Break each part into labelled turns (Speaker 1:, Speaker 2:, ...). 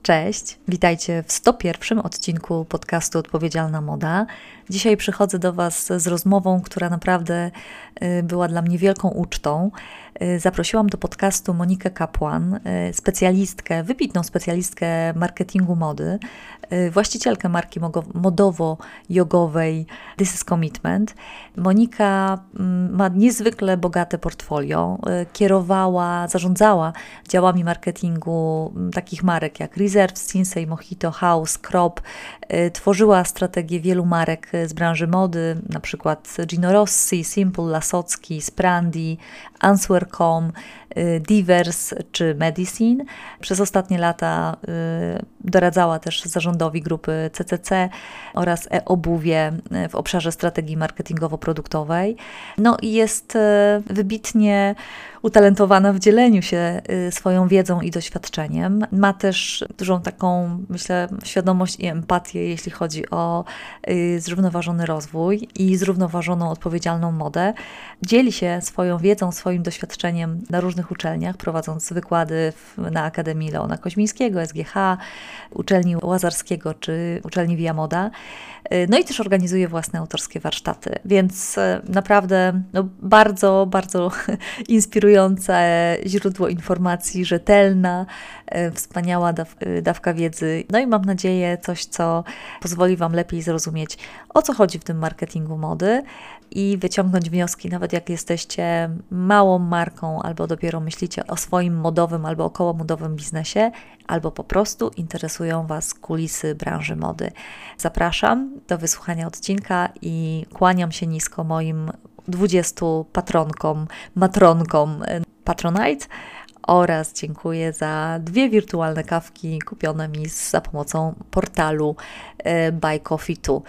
Speaker 1: Cześć, witajcie w 101. odcinku podcastu Odpowiedzialna Moda. Dzisiaj przychodzę do Was z rozmową, która naprawdę była dla mnie wielką ucztą. Zaprosiłam do podcastu Monikę Kapłan, specjalistkę, wybitną specjalistkę marketingu mody, właścicielkę marki modowo-jogowej This is Commitment. Monika ma niezwykle bogate portfolio, kierowała, zarządzała działami marketingu takich marek jak Reserved, Sinsay, Mojito, House, Crop, tworzyła strategię wielu marek z branży mody, na przykład Gino Rossi, Simple, Lasocki, Sprandi, Answear.com, Divers czy Medicine. Przez ostatnie lata doradzała też zarządowi grupy CCC oraz e-obuwie w obszarze strategii marketingowo-produktowej. No i jest wybitnie utalentowana w dzieleniu się swoją wiedzą i doświadczeniem. Ma też dużą taką, myślę, świadomość i empatię, jeśli chodzi o zrównoważony rozwój i zrównoważoną, odpowiedzialną modę. Dzieli się swoją wiedzą, swoim doświadczeniem na różnych uczelniach, prowadząc wykłady na Akademii Leona Koźmińskiego, SGH, uczelni Łazarskiego czy uczelni Via Moda. No i też organizuje własne autorskie warsztaty, więc naprawdę bardzo, bardzo inspirujące źródło informacji, rzetelna, wspaniała dawka wiedzy. No i mam nadzieję coś, co pozwoli Wam lepiej zrozumieć, o co chodzi w tym marketingu mody i wyciągnąć wnioski, nawet jak jesteście małą marką albo dopiero myślicie o swoim modowym albo okołomodowym biznesie, albo po prostu interesują Was kulisy branży mody. Zapraszam do wysłuchania odcinka i kłaniam się nisko moim 20 patronkom, matronkom Patronite oraz dziękuję za 2 wirtualne kawki kupione mi za pomocą portalu Buy Coffee 2.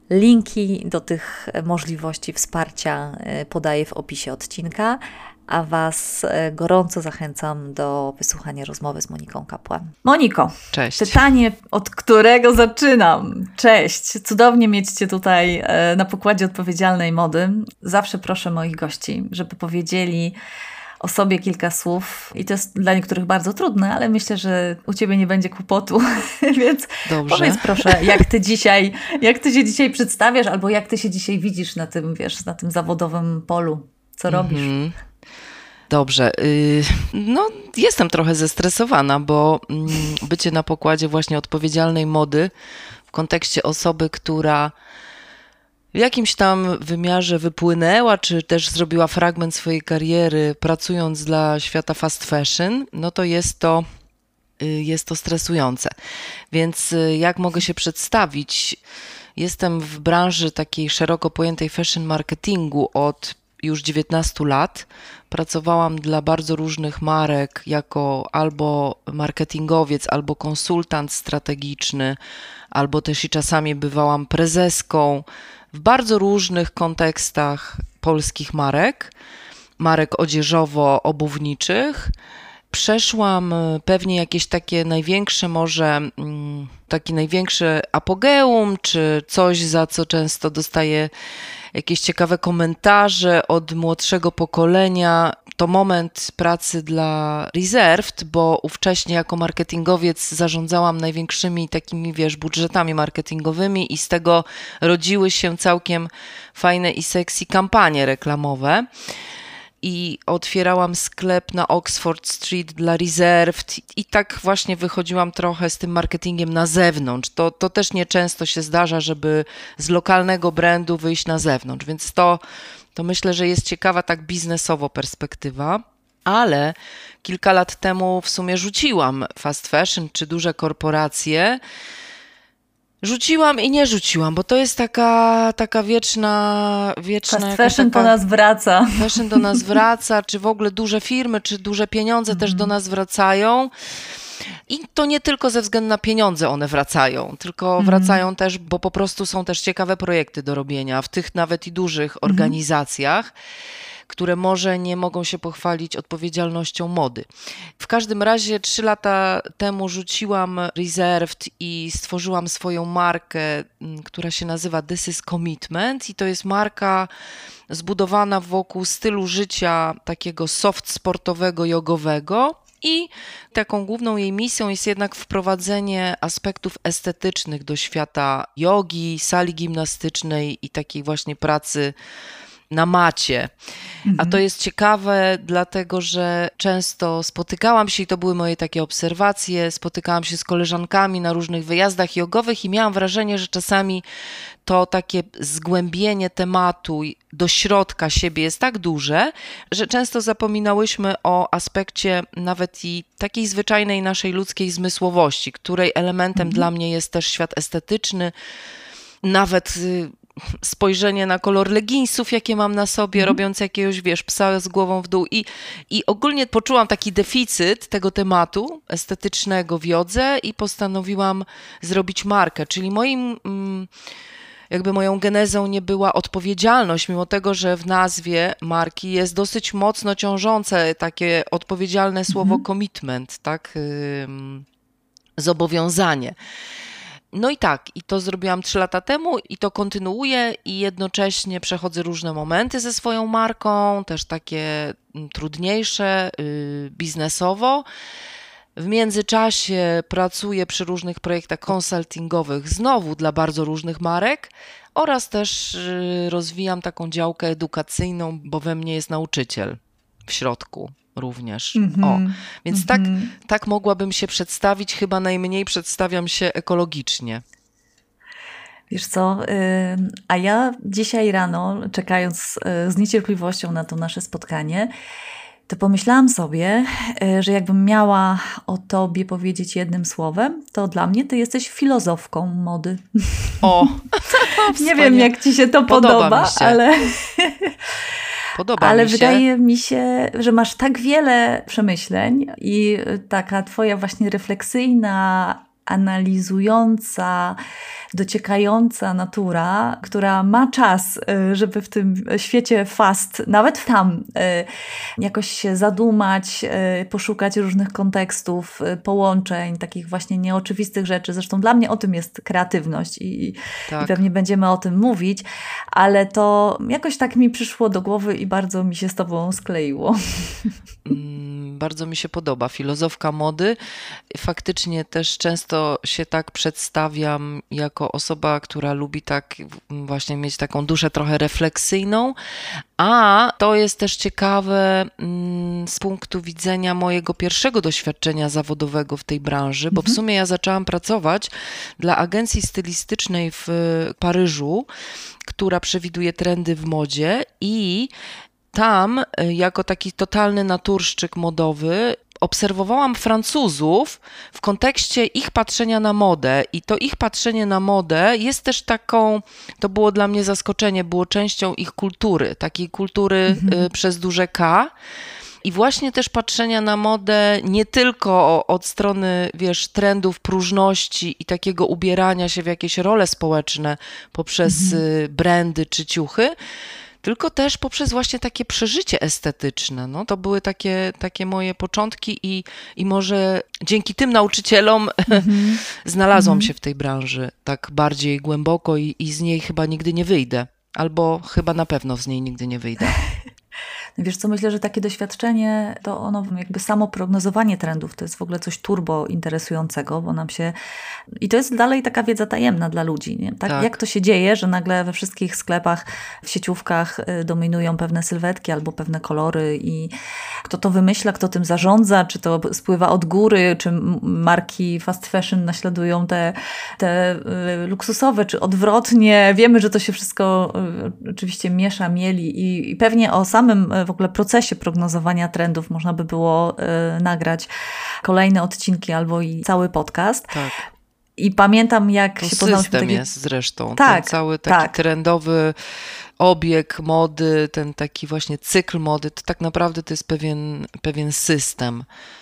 Speaker 1: Linki do tych możliwości wsparcia podaję w opisie odcinka, a Was gorąco zachęcam do wysłuchania rozmowy z Moniką Kapłan. Moniko,
Speaker 2: cześć.
Speaker 1: Pytanie, od którego zaczynam. Cześć, cudownie mieć Cię tutaj na pokładzie odpowiedzialnej mody. Zawsze proszę moich gości, żeby powiedzieli o sobie kilka słów i to jest dla niektórych bardzo trudne, ale myślę, że u Ciebie nie będzie kłopotu, więc
Speaker 2: dobrze.
Speaker 1: Powiedz proszę, jak Ty się dzisiaj przedstawiasz albo jak Ty się dzisiaj widzisz na tym, na tym zawodowym polu, co robisz?
Speaker 2: Dobrze. No, jestem trochę zestresowana, bo bycie na pokładzie właśnie odpowiedzialnej mody w kontekście osoby, która w jakimś tam wymiarze wypłynęła, czy też zrobiła fragment swojej kariery pracując dla świata fast fashion, no to jest to stresujące. Więc jak mogę się przedstawić? Jestem w branży takiej szeroko pojętej fashion marketingu od już 19 lat. Pracowałam dla bardzo różnych marek jako albo marketingowiec, albo konsultant strategiczny, albo też i czasami bywałam prezeską w bardzo różnych kontekstach polskich marek odzieżowo-obuwniczych. Przeszłam pewnie jakieś takie największe taki największy apogeum, czy coś, za co często dostaję jakieś ciekawe komentarze od młodszego pokolenia. To moment pracy dla Reserved, bo ówcześnie jako marketingowiec zarządzałam największymi takimi, budżetami marketingowymi i z tego rodziły się całkiem fajne i sexy kampanie reklamowe. I otwierałam sklep na Oxford Street dla Reserved i tak właśnie wychodziłam trochę z tym marketingiem na zewnątrz. To też nieczęsto się zdarza, żeby z lokalnego brandu wyjść na zewnątrz, więc to myślę, że jest ciekawa tak biznesowo perspektywa. Ale kilka lat temu w sumie rzuciłam fast fashion czy duże korporacje. Rzuciłam i nie rzuciłam, bo to jest taka wieczna...
Speaker 1: Fast fashion do nas wraca.
Speaker 2: Fashion do nas wraca, czy w ogóle duże firmy, czy duże pieniądze też do nas wracają. I to nie tylko ze względu na pieniądze one wracają, tylko wracają też, bo po prostu są też ciekawe projekty do robienia w tych nawet i dużych organizacjach, które może nie mogą się pochwalić odpowiedzialnością mody. W każdym razie 3 lata temu rzuciłam Reserved i stworzyłam swoją markę, która się nazywa This is Commitment i to jest marka zbudowana wokół stylu życia takiego soft sportowego, jogowego I taką główną jej misją jest jednak wprowadzenie aspektów estetycznych do świata jogi, sali gimnastycznej i takiej właśnie pracy na macie. A to jest ciekawe, dlatego że często spotykałam się, i to były moje takie obserwacje, spotykałam się z koleżankami na różnych wyjazdach jogowych i miałam wrażenie, że czasami to takie zgłębienie tematu do środka siebie jest tak duże, że często zapominałyśmy o aspekcie nawet i takiej zwyczajnej naszej ludzkiej zmysłowości, której elementem dla mnie jest też świat estetyczny, nawet spojrzenie na kolor leginsów, jakie mam na sobie, robiąc jakiegoś, psa z głową w dół. I ogólnie poczułam taki deficyt tego tematu estetycznego w jodze i postanowiłam zrobić markę. Czyli moją genezą nie była odpowiedzialność, mimo tego, że w nazwie marki jest dosyć mocno ciążące takie odpowiedzialne słowo commitment, tak? Zobowiązanie. No i tak, i to zrobiłam 3 lata temu i to kontynuuję i jednocześnie przechodzę różne momenty ze swoją marką, też takie trudniejsze biznesowo. W międzyczasie pracuję przy różnych projektach konsultingowych, znowu dla bardzo różnych marek, oraz też rozwijam taką działkę edukacyjną, bo we mnie jest nauczyciel w środku również. Więc tak mogłabym się przedstawić, chyba najmniej przedstawiam się ekologicznie.
Speaker 1: Wiesz co, a ja dzisiaj rano, czekając z niecierpliwością na to nasze spotkanie, to pomyślałam sobie, że jakbym miała o tobie powiedzieć jednym słowem, to dla mnie ty jesteś filozofką mody.
Speaker 2: O!
Speaker 1: Nie wiem, jak ci się to podoba, ale...
Speaker 2: Ale
Speaker 1: wydaje mi się, że masz tak wiele przemyśleń i taka twoja właśnie refleksyjna, analizująca, dociekająca natura, która ma czas, żeby w tym świecie fast, nawet tam, jakoś się zadumać, poszukać różnych kontekstów, połączeń, takich właśnie nieoczywistych rzeczy. Zresztą dla mnie o tym jest kreatywność i pewnie będziemy o tym mówić, ale to jakoś tak mi przyszło do głowy i bardzo mi się z tobą skleiło.
Speaker 2: Bardzo mi się podoba. Filozofka mody. Faktycznie też często się tak przedstawiam jako osoba, która lubi tak właśnie mieć taką duszę trochę refleksyjną, a to jest też ciekawe z punktu widzenia mojego pierwszego doświadczenia zawodowego w tej branży, bo w sumie ja zaczęłam pracować dla agencji stylistycznej w Paryżu, która przewiduje trendy w modzie i tam, jako taki totalny naturszczyk modowy, obserwowałam Francuzów w kontekście ich patrzenia na modę i to ich patrzenie na modę jest też taką, to było dla mnie zaskoczenie, było częścią ich kultury, takiej kultury przez duże K. I właśnie też patrzenia na modę nie tylko od strony, trendów próżności i takiego ubierania się w jakieś role społeczne poprzez brandy czy ciuchy, tylko też poprzez właśnie takie przeżycie estetyczne. No, to były takie moje początki i może dzięki tym nauczycielom znalazłam się w tej branży tak bardziej głęboko i z niej chyba nigdy nie wyjdę. Albo chyba na pewno z niej nigdy nie wyjdę.
Speaker 1: Wiesz co, myślę, że takie doświadczenie, to ono jakby samo prognozowanie trendów, to jest w ogóle coś turbo interesującego, bo nam się... I to jest dalej taka wiedza tajemna dla ludzi. Nie? Tak. Jak to się dzieje, że nagle we wszystkich sklepach, w sieciówkach dominują pewne sylwetki albo pewne kolory i kto to wymyśla, kto tym zarządza, czy to spływa od góry, czy marki fast fashion naśladują te luksusowe, czy odwrotnie. Wiemy, że to się wszystko oczywiście miesza, mieli i pewnie o samym w ogóle procesie prognozowania trendów można by było nagrać kolejne odcinki albo i cały podcast.
Speaker 2: Tak.
Speaker 1: I pamiętam, jak
Speaker 2: to
Speaker 1: się poznałyśmy...
Speaker 2: system jest zresztą.
Speaker 1: Tak,
Speaker 2: ten cały taki trendowy obieg mody, ten taki właśnie cykl mody, to tak naprawdę to jest pewien system.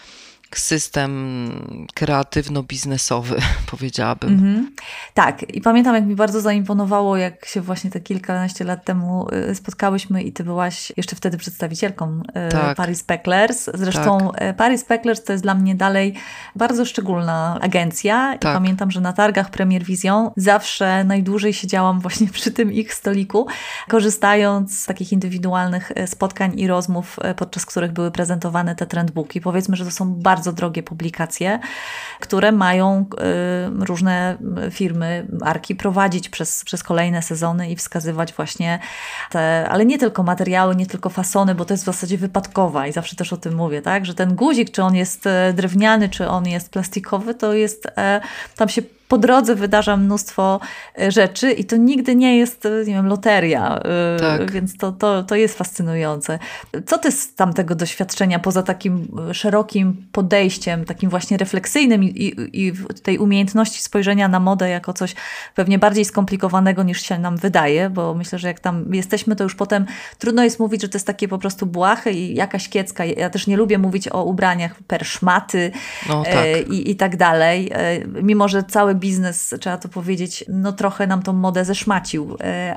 Speaker 2: system kreatywno-biznesowy, powiedziałabym.
Speaker 1: Tak, i pamiętam, jak mi bardzo zaimponowało, jak się właśnie te kilkanaście lat temu spotkałyśmy i ty byłaś jeszcze wtedy przedstawicielką Paris Pecklers. Zresztą Paris Pecklers to jest dla mnie dalej bardzo szczególna agencja. I pamiętam, że na targach Premier Vision zawsze najdłużej siedziałam właśnie przy tym ich stoliku, korzystając z takich indywidualnych spotkań i rozmów, podczas których były prezentowane te trendbooki. Powiedzmy, że to są bardzo drogie publikacje, które mają różne firmy, marki prowadzić przez kolejne sezony i wskazywać właśnie te, ale nie tylko materiały, nie tylko fasony, bo to jest w zasadzie wypadkowa i zawsze też o tym mówię, tak, że ten guzik, czy on jest drewniany, czy on jest plastikowy, to jest, tam się po drodze wydarza mnóstwo rzeczy i to nigdy nie jest, nie wiem, loteria, więc to jest fascynujące. Co ty z tamtego doświadczenia, poza takim szerokim podejściem, takim właśnie refleksyjnym i tej umiejętności spojrzenia na modę jako coś pewnie bardziej skomplikowanego niż się nam wydaje, bo myślę, że jak tam jesteśmy, to już potem trudno jest mówić, że to jest takie po prostu błahe i jakaś kiecka. Ja też nie lubię mówić o ubraniach per szmaty i tak dalej, mimo że cały biznes, trzeba to powiedzieć, no trochę nam tą modę zeszmacił,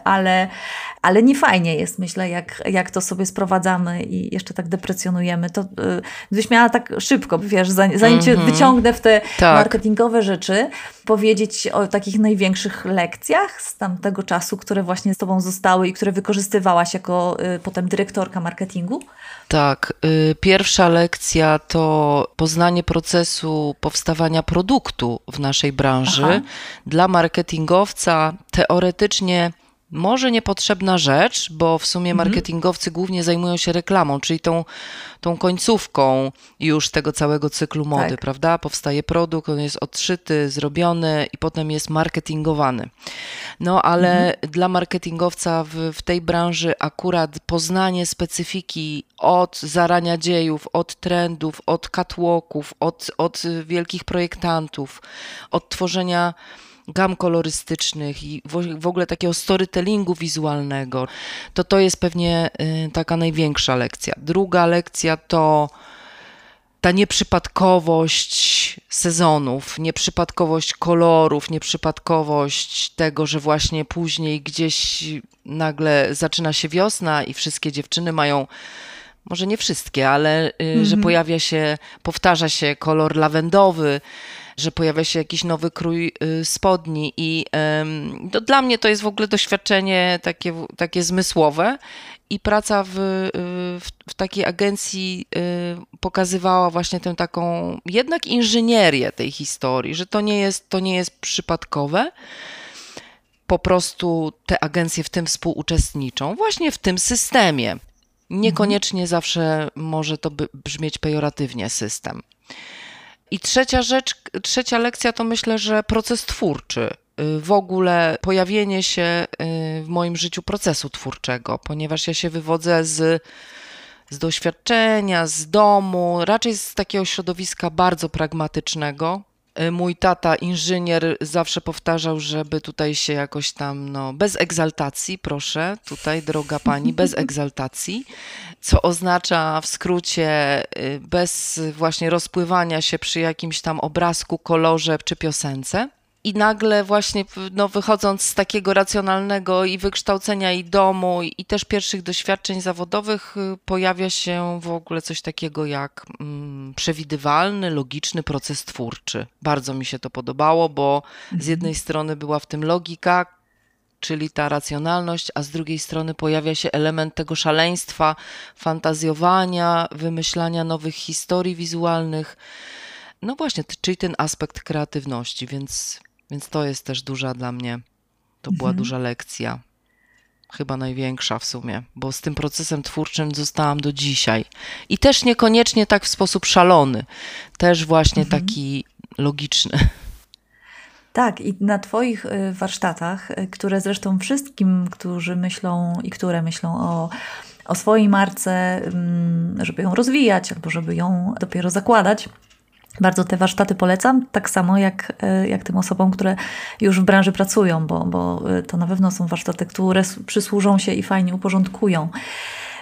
Speaker 1: ale nie fajnie jest, myślę, jak to sobie sprowadzamy i jeszcze tak deprecjonujemy. To gdybyś miała tak szybko, wiesz, zanim cię wyciągnę w te marketingowe rzeczy, powiedzieć o takich największych lekcjach z tamtego czasu, które właśnie z tobą zostały i które wykorzystywałaś jako potem dyrektorka marketingu?
Speaker 2: Tak. Pierwsza lekcja to poznanie procesu powstawania produktu w naszej branży. Dla marketingowca teoretycznie może niepotrzebna rzecz, bo w sumie marketingowcy głównie zajmują się reklamą, czyli tą końcówką już tego całego cyklu mody, prawda? Powstaje produkt, on jest odszyty, zrobiony i potem jest marketingowany. No ale dla marketingowca w tej branży akurat poznanie specyfiki od zarania dziejów, od trendów, od catwalków, od wielkich projektantów, od tworzenia gam kolorystycznych i w ogóle takiego storytellingu wizualnego, to jest pewnie taka największa lekcja. Druga lekcja to ta nieprzypadkowość sezonów, nieprzypadkowość kolorów, nieprzypadkowość tego, że właśnie później gdzieś nagle zaczyna się wiosna i wszystkie dziewczyny mają, może nie wszystkie, ale że powtarza się kolor lawendowy, że pojawia się jakiś nowy krój spodni i dla mnie to jest w ogóle doświadczenie takie zmysłowe i praca w takiej agencji pokazywała właśnie tę taką jednak inżynierię tej historii, że to nie jest przypadkowe. Po prostu te agencje w tym współuczestniczą, właśnie w tym systemie. Niekoniecznie zawsze może to brzmieć pejoratywnie system. I trzecia lekcja to myślę, że proces twórczy. W ogóle pojawienie się w moim życiu procesu twórczego, ponieważ ja się wywodzę z doświadczenia, z domu, raczej z takiego środowiska bardzo pragmatycznego. Mój tata, inżynier, zawsze powtarzał, żeby tutaj się jakoś tam, bez egzaltacji, proszę, tutaj droga pani, bez egzaltacji, co oznacza w skrócie bez właśnie rozpływania się przy jakimś tam obrazku, kolorze czy piosence. I nagle właśnie wychodząc z takiego racjonalnego i wykształcenia i domu i też pierwszych doświadczeń zawodowych pojawia się w ogóle coś takiego jak przewidywalny, logiczny proces twórczy. Bardzo mi się to podobało, bo z jednej strony była w tym logika, czyli ta racjonalność, a z drugiej strony pojawia się element tego szaleństwa, fantazjowania, wymyślania nowych historii wizualnych. No właśnie, czyli ten aspekt kreatywności, więc to jest też duża dla mnie, to była duża lekcja, chyba największa w sumie, bo z tym procesem twórczym zostałam do dzisiaj. I też niekoniecznie tak w sposób szalony, też właśnie taki logiczny.
Speaker 1: Tak, i na twoich warsztatach, które zresztą wszystkim, którzy myślą i które myślą o swojej marce, żeby ją rozwijać albo żeby ją dopiero zakładać, bardzo te warsztaty polecam, tak samo jak tym osobom, które już w branży pracują, bo to na pewno są warsztaty, które przysłużą się i fajnie uporządkują.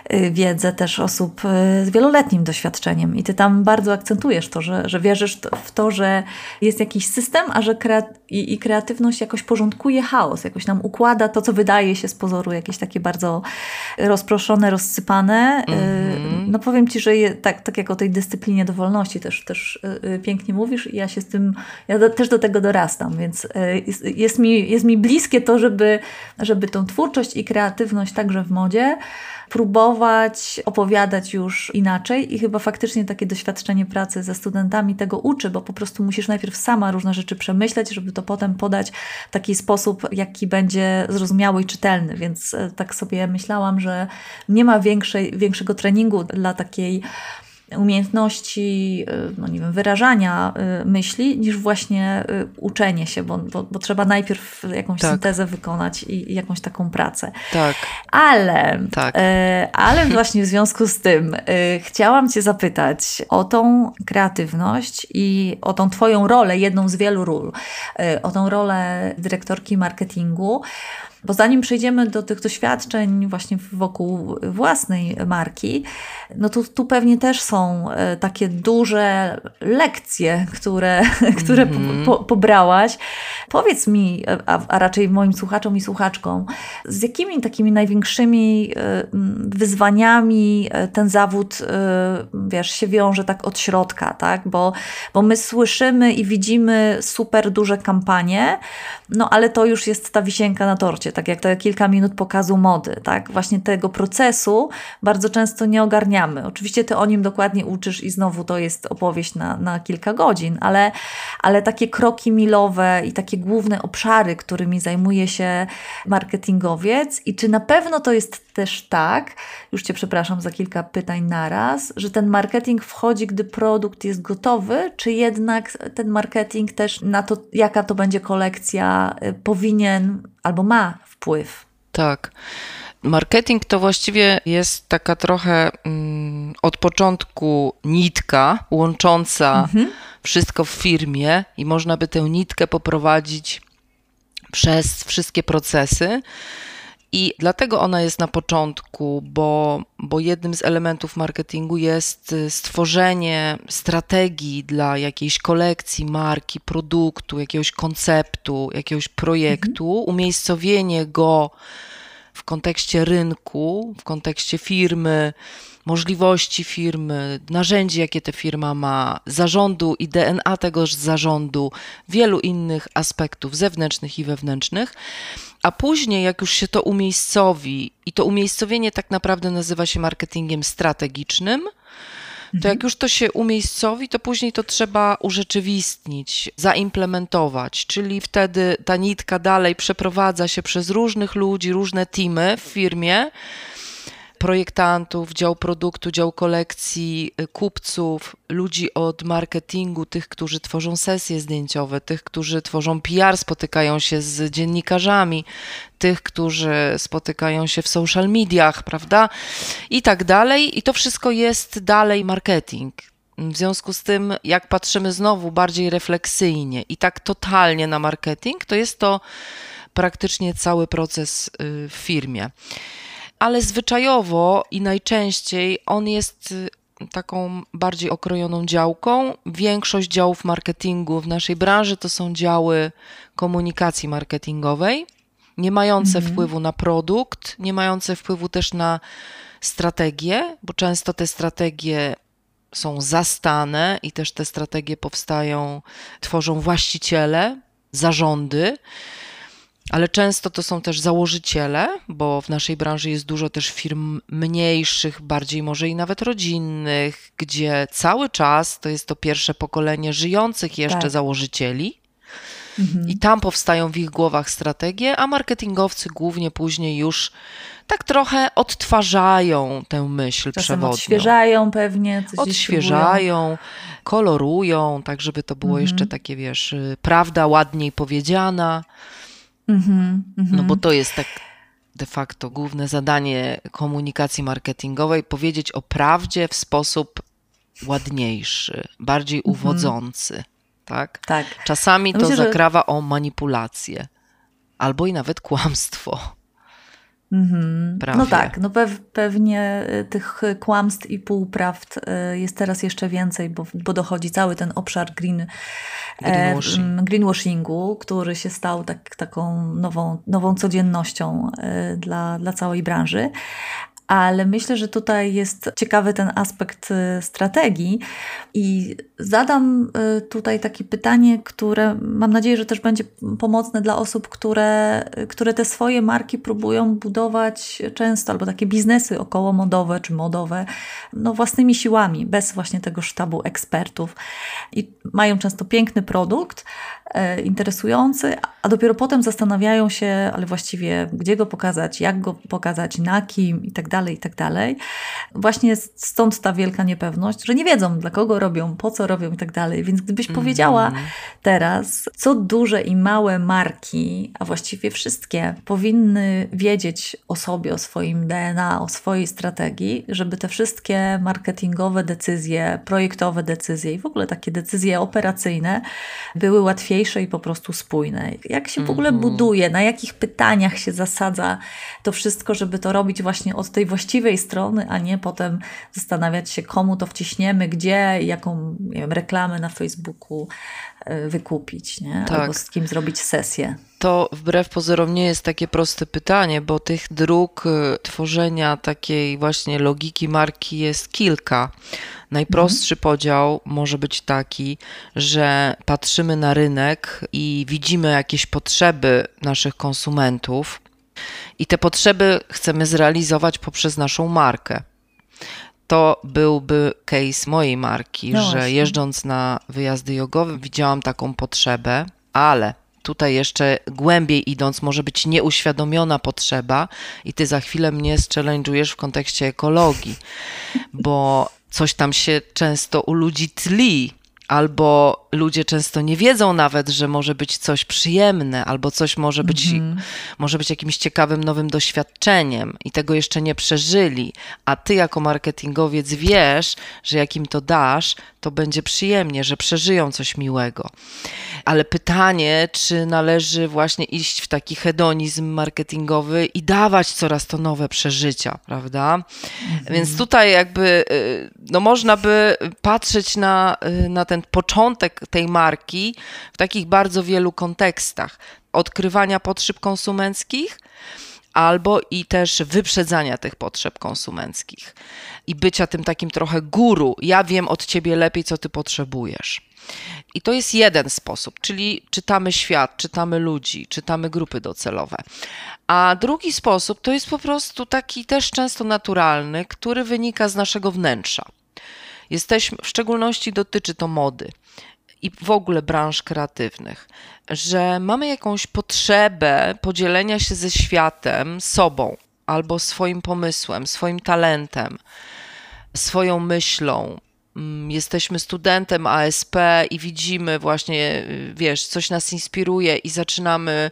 Speaker 1: wiedzę też osób z wieloletnim doświadczeniem i ty tam bardzo akcentujesz to, że wierzysz w to, że jest jakiś system, a że i kreatywność jakoś porządkuje chaos, jakoś nam układa to, co wydaje się z pozoru jakieś takie bardzo rozproszone, rozsypane. No powiem ci, że tak jak o tej dyscyplinie dowolności też pięknie mówisz i ja też do tego dorastam, więc jest mi bliskie to, żeby tą twórczość i kreatywność także w modzie próbować opowiadać już inaczej i chyba faktycznie takie doświadczenie pracy ze studentami tego uczy, bo po prostu musisz najpierw sama różne rzeczy przemyśleć, żeby to potem podać w taki sposób, jaki będzie zrozumiały i czytelny, więc tak sobie myślałam, że nie ma większego treningu dla takiej umiejętności, no nie wiem, wyrażania myśli, niż właśnie uczenie się, bo trzeba najpierw jakąś syntezę wykonać i jakąś taką pracę.
Speaker 2: Tak.
Speaker 1: Ale właśnie w związku z tym chciałam cię zapytać o tą kreatywność i o tą twoją rolę, jedną z wielu ról, o tą rolę dyrektorki marketingu. Bo zanim przejdziemy do tych doświadczeń właśnie wokół własnej marki, no to tu pewnie też są takie duże lekcje, które pobrałaś. Powiedz mi, a raczej moim słuchaczom i słuchaczkom, z jakimi takimi największymi wyzwaniami ten zawód, się wiąże tak od środka, tak? Bo my słyszymy i widzimy super duże kampanie, no ale to już jest ta wisienka na torcie, tak jak te kilka minut pokazu mody, tak? Właśnie tego procesu bardzo często nie ogarniamy. Oczywiście ty o nim dokładnie uczysz i znowu to jest opowieść na kilka godzin, ale takie kroki milowe i takie główne obszary, którymi zajmuje się marketingowiec i czy na pewno to jest też tak, już cię przepraszam za kilka pytań naraz, że ten marketing wchodzi, gdy produkt jest gotowy, czy jednak ten marketing też na to, jaka to będzie kolekcja, powinien albo ma wpływ?
Speaker 2: Tak. Marketing to właściwie jest taka trochę od początku nitka łącząca wszystko w firmie i można by tę nitkę poprowadzić przez wszystkie procesy. I dlatego ona jest na początku, bo jednym z elementów marketingu jest stworzenie strategii dla jakiejś kolekcji, marki, produktu, jakiegoś konceptu, jakiegoś projektu, umiejscowienie go w kontekście rynku, w kontekście firmy, możliwości firmy, narzędzi, jakie ta firma ma, zarządu i DNA tegoż zarządu, wielu innych aspektów zewnętrznych i wewnętrznych. A później, jak już się to umiejscowi, i to umiejscowienie tak naprawdę nazywa się marketingiem strategicznym, to jak już to się umiejscowi, to później to trzeba urzeczywistnić, zaimplementować, czyli wtedy ta nitka dalej przeprowadza się przez różnych ludzi, różne teamy w firmie, projektantów, dział produktu, dział kolekcji, kupców, ludzi od marketingu, tych, którzy tworzą sesje zdjęciowe, tych, którzy tworzą PR, spotykają się z dziennikarzami, tych, którzy spotykają się w social mediach, prawda? I tak dalej. I to wszystko jest dalej marketing. W związku z tym, jak patrzymy znowu bardziej refleksyjnie i tak totalnie na marketing, to jest to praktycznie cały proces w firmie. Ale zwyczajowo i najczęściej on jest taką bardziej okrojoną działką. Większość działów marketingu w naszej branży to są działy komunikacji marketingowej, nie mające wpływu na produkt, nie mające wpływu też na strategię, bo często te strategie są zastane i też te strategie tworzą właściciele, zarządy. Ale często to są też założyciele, bo w naszej branży jest dużo też firm mniejszych, bardziej może i nawet rodzinnych, gdzie cały czas to jest to pierwsze pokolenie żyjących jeszcze założycieli i tam powstają w ich głowach strategie, a marketingowcy głównie później już tak trochę odtwarzają tę myśl
Speaker 1: czasem
Speaker 2: przewodnią.
Speaker 1: Odświeżają pewnie.
Speaker 2: Odświeżają, kolorują, tak żeby to było jeszcze takie, prawda ładniej powiedziana. No bo to jest tak de facto główne zadanie komunikacji marketingowej, powiedzieć o prawdzie w sposób ładniejszy, bardziej uwodzący. Tak?
Speaker 1: Tak.
Speaker 2: Czasami to zakrawa o manipulację albo i nawet kłamstwo. prawie.
Speaker 1: No tak, no pewnie tych kłamstw i półprawd jest teraz jeszcze więcej, bo dochodzi cały ten obszar greenwashingu, który się stał taką nową codziennością dla całej branży. Ale myślę, że tutaj jest ciekawy ten aspekt strategii i zadam tutaj takie pytanie, które mam nadzieję, że też będzie pomocne dla osób, które te swoje marki próbują budować często, albo takie biznesy okołomodowe czy modowe, no własnymi siłami, bez właśnie tego sztabu ekspertów. I mają często piękny produkt, interesujący, a dopiero potem zastanawiają się, ale właściwie gdzie go pokazać, jak go pokazać, na kim i tak dalej. Właśnie stąd ta wielka niepewność, że nie wiedzą, dla kogo robią, po co robią i tak dalej. Więc gdybyś powiedziała teraz, co duże i małe marki, a właściwie wszystkie, powinny wiedzieć o sobie, o swoim DNA, o swojej strategii, żeby te wszystkie marketingowe decyzje, projektowe decyzje i w ogóle takie decyzje operacyjne były łatwiejsze i po prostu spójne. Jak się w ogóle buduje, na jakich pytaniach się zasadza to wszystko, żeby to robić właśnie od tej właściwej strony, a nie potem zastanawiać się, komu to wciśniemy, gdzie, jaką, nie wiem, reklamę na Facebooku wykupić, nie?
Speaker 2: Tak.
Speaker 1: Albo z kim zrobić sesję.
Speaker 2: To wbrew pozorom nie jest takie proste pytanie, bo tych dróg tworzenia takiej właśnie logiki marki jest kilka. Najprostszy podział może być taki, że patrzymy na rynek i widzimy jakieś potrzeby naszych konsumentów i te potrzeby chcemy zrealizować poprzez naszą markę. To byłby case mojej marki, że
Speaker 1: właśnie.
Speaker 2: jeżdżąc na wyjazdy jogowe widziałam taką potrzebę, ale tutaj jeszcze głębiej idąc może być nieuświadomiona potrzeba i ty za chwilę mnie zchallenge'ujesz w kontekście ekologii, bo coś tam się często u ludzi tli, albo ludzie często nie wiedzą nawet, że może być coś przyjemne, albo coś może być jakimś ciekawym, nowym doświadczeniem i tego jeszcze nie przeżyli, a ty jako marketingowiec wiesz, że jak im to dasz, to będzie przyjemnie, że przeżyją coś miłego. Ale pytanie, czy należy właśnie iść w taki hedonizm marketingowy i dawać coraz to nowe przeżycia, prawda? Więc tutaj jakby no można by patrzeć na ten początek tej marki w takich bardzo wielu kontekstach. Odkrywania potrzeb konsumenckich albo i też wyprzedzania tych potrzeb konsumenckich i bycia tym takim trochę guru. Ja wiem od ciebie lepiej, co ty potrzebujesz. I to jest jeden sposób, czyli czytamy świat, czytamy ludzi, czytamy grupy docelowe. A drugi sposób to jest po prostu taki też często naturalny, który wynika z naszego wnętrza. Jesteśmy, w szczególności dotyczy to mody i w ogóle branż kreatywnych, że mamy jakąś potrzebę podzielenia się ze światem, sobą albo swoim pomysłem, swoim talentem, swoją myślą. Jesteśmy studentem ASP i widzimy właśnie, wiesz, coś nas inspiruje i zaczynamy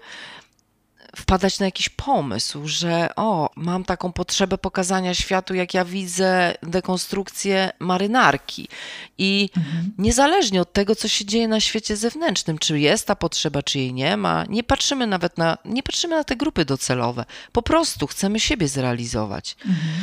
Speaker 2: wpadać na jakiś pomysł, że mam taką potrzebę pokazania światu, jak ja widzę dekonstrukcję marynarki. I niezależnie od tego, co się dzieje na świecie zewnętrznym, czy jest ta potrzeba, czy jej nie ma, nie patrzymy na te grupy docelowe. Po prostu chcemy siebie zrealizować.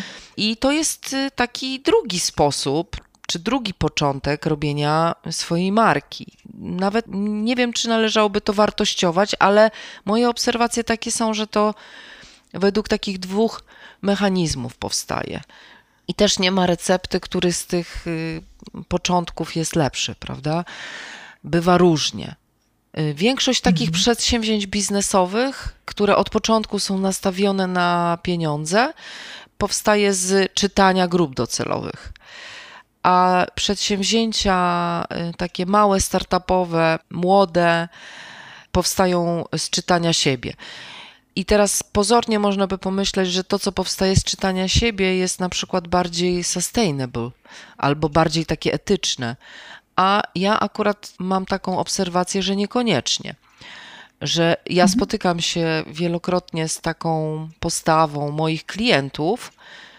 Speaker 2: I to jest taki drugi sposób, czy drugi początek robienia swojej marki. Nawet nie wiem, czy należałoby to wartościować, ale moje obserwacje takie są, że to według takich dwóch mechanizmów powstaje. I też nie ma recepty, który z tych początków jest lepszy, prawda? Bywa różnie. Większość takich przedsięwzięć biznesowych, które od początku są nastawione na pieniądze, powstaje z czytania grup docelowych. A przedsięwzięcia takie małe, startupowe, młode powstają z czytania siebie. I teraz pozornie można by pomyśleć, że to, co powstaje z czytania siebie, jest na przykład bardziej sustainable albo bardziej takie etyczne. A ja akurat mam taką obserwację, że niekoniecznie. Że ja spotykam się wielokrotnie z taką postawą moich klientów,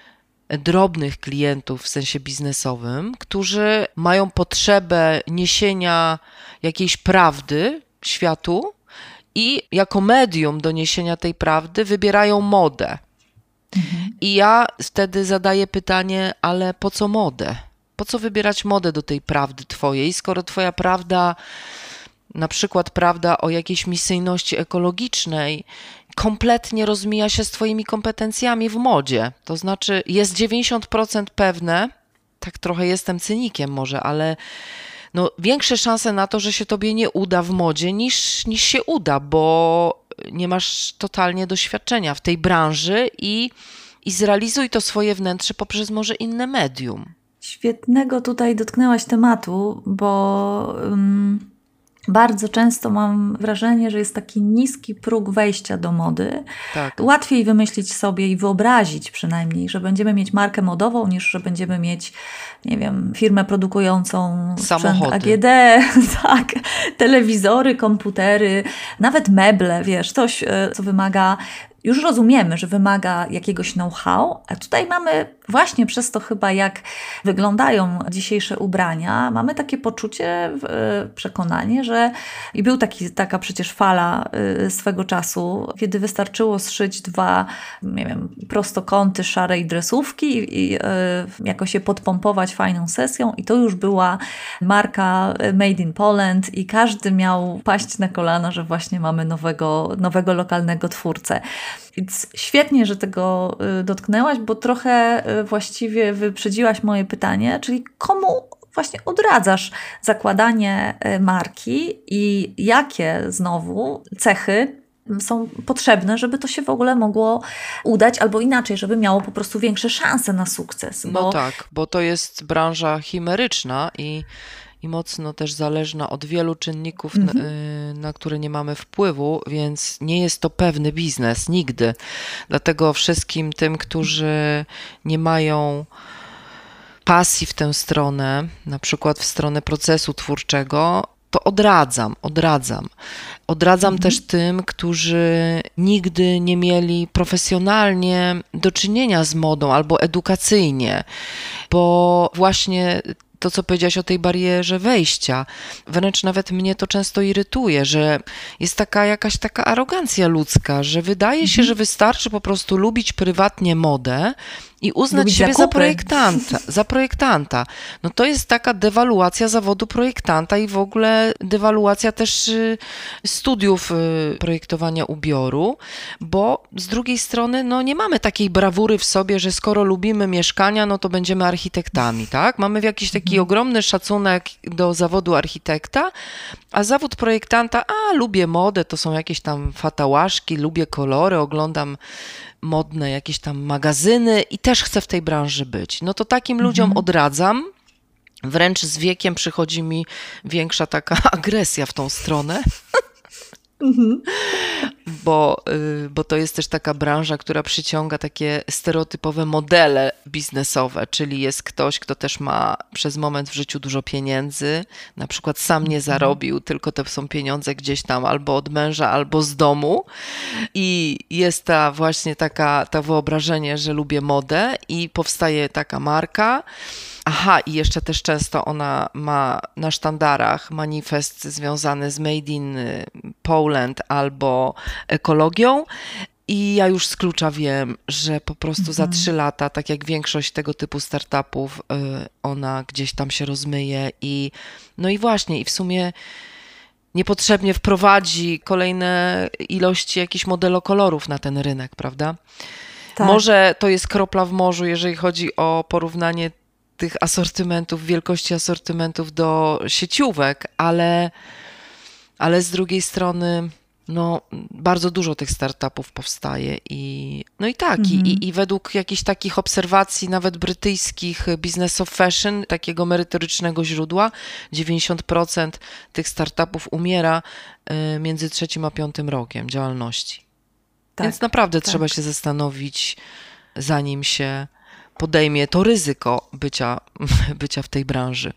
Speaker 2: drobnych klientów w sensie biznesowym, którzy mają potrzebę niesienia jakiejś prawdy światu i jako medium do niesienia tej prawdy wybierają modę. I ja wtedy zadaję pytanie, ale po co modę? Po co wybierać modę do tej prawdy twojej, skoro twoja prawda, na przykład prawda o jakiejś misyjności ekologicznej, kompletnie rozmija się z twoimi kompetencjami w modzie. To znaczy jest 90% pewne, tak trochę jestem cynikiem może, ale no, większe szanse na to, że się tobie nie uda w modzie niż się uda, bo nie masz totalnie doświadczenia w tej branży i zrealizuj to swoje wnętrze poprzez może inne medium.
Speaker 1: Świetnego tutaj dotknęłaś tematu, bo bardzo często mam wrażenie, że jest taki niski próg wejścia do mody.
Speaker 2: Tak.
Speaker 1: Łatwiej wymyślić sobie i wyobrazić przynajmniej, że będziemy mieć markę modową, niż że będziemy mieć, nie wiem, firmę produkującą sprzęt
Speaker 2: samochody.
Speaker 1: AGD, tak, telewizory, komputery, nawet meble, wiesz, coś, co wymaga. Już rozumiemy, że wymaga jakiegoś know-how, a tutaj mamy właśnie przez to chyba, jak wyglądają dzisiejsze ubrania, mamy takie poczucie, przekonanie, że i był taka przecież fala swego czasu, kiedy wystarczyło zszyć 2, nie wiem, prostokąty szarej dresówki i jakoś się podpompować fajną sesją i to już była marka Made in Poland i każdy miał paść na kolana, że właśnie mamy nowego lokalnego twórcę. Więc świetnie, że tego dotknęłaś, bo trochę właściwie wyprzedziłaś moje pytanie, czyli komu właśnie odradzasz zakładanie marki i jakie znowu cechy są potrzebne, żeby to się w ogóle mogło udać, albo inaczej, żeby miało po prostu większe szanse na sukces.
Speaker 2: No tak, bo to jest branża chimeryczna i mocno też zależna od wielu czynników, na które nie mamy wpływu, więc nie jest to pewny biznes, nigdy. Dlatego wszystkim tym, którzy nie mają pasji w tę stronę, na przykład w stronę procesu twórczego, to odradzam też tym, którzy nigdy nie mieli profesjonalnie do czynienia z modą albo edukacyjnie, bo właśnie to, co powiedziałaś o tej barierze wejścia, wręcz nawet mnie to często irytuje, że jest jakaś taka arogancja ludzka, że wydaje się, że wystarczy po prostu lubić prywatnie modę i uznać
Speaker 1: lubić
Speaker 2: siebie
Speaker 1: zakupy.
Speaker 2: za projektanta. No to jest taka dewaluacja zawodu projektanta i w ogóle dewaluacja też studiów projektowania ubioru, bo z drugiej strony no nie mamy takiej brawury w sobie, że skoro lubimy mieszkania, no to będziemy architektami, tak? Mamy jakiś taki ogromny szacunek do zawodu architekta, a zawód projektanta, lubię modę, to są jakieś tam fatałaszki, lubię kolory, oglądam modne jakieś tam magazyny i też chcę w tej branży być. No to takim ludziom odradzam. Wręcz z wiekiem przychodzi mi większa taka agresja w tą stronę. Bo to jest też taka branża, która przyciąga takie stereotypowe modele biznesowe, czyli jest ktoś, kto też ma przez moment w życiu dużo pieniędzy, na przykład sam nie zarobił, tylko to są pieniądze gdzieś tam albo od męża, albo z domu i jest to wyobrażenie, że lubię modę i powstaje taka marka. I jeszcze też często ona ma na sztandarach manifest związany z Made in Poland albo ekologią. I ja już z klucza wiem, że po prostu za 3 lata, tak jak większość tego typu startupów, ona gdzieś tam się rozmyje i w sumie niepotrzebnie wprowadzi kolejne ilości jakichś modelokolorów na ten rynek, prawda? Tak. Może to jest kropla w morzu, jeżeli chodzi o porównanie tych asortymentów, wielkości asortymentów do sieciówek, ale z drugiej strony bardzo dużo tych startupów powstaje i według jakichś takich obserwacji nawet brytyjskich Business of Fashion, takiego merytorycznego źródła, 90% tych startupów umiera między 3. a 5. rokiem działalności. Tak, więc naprawdę trzeba się zastanowić, zanim się podejmie to ryzyko bycia w tej branży.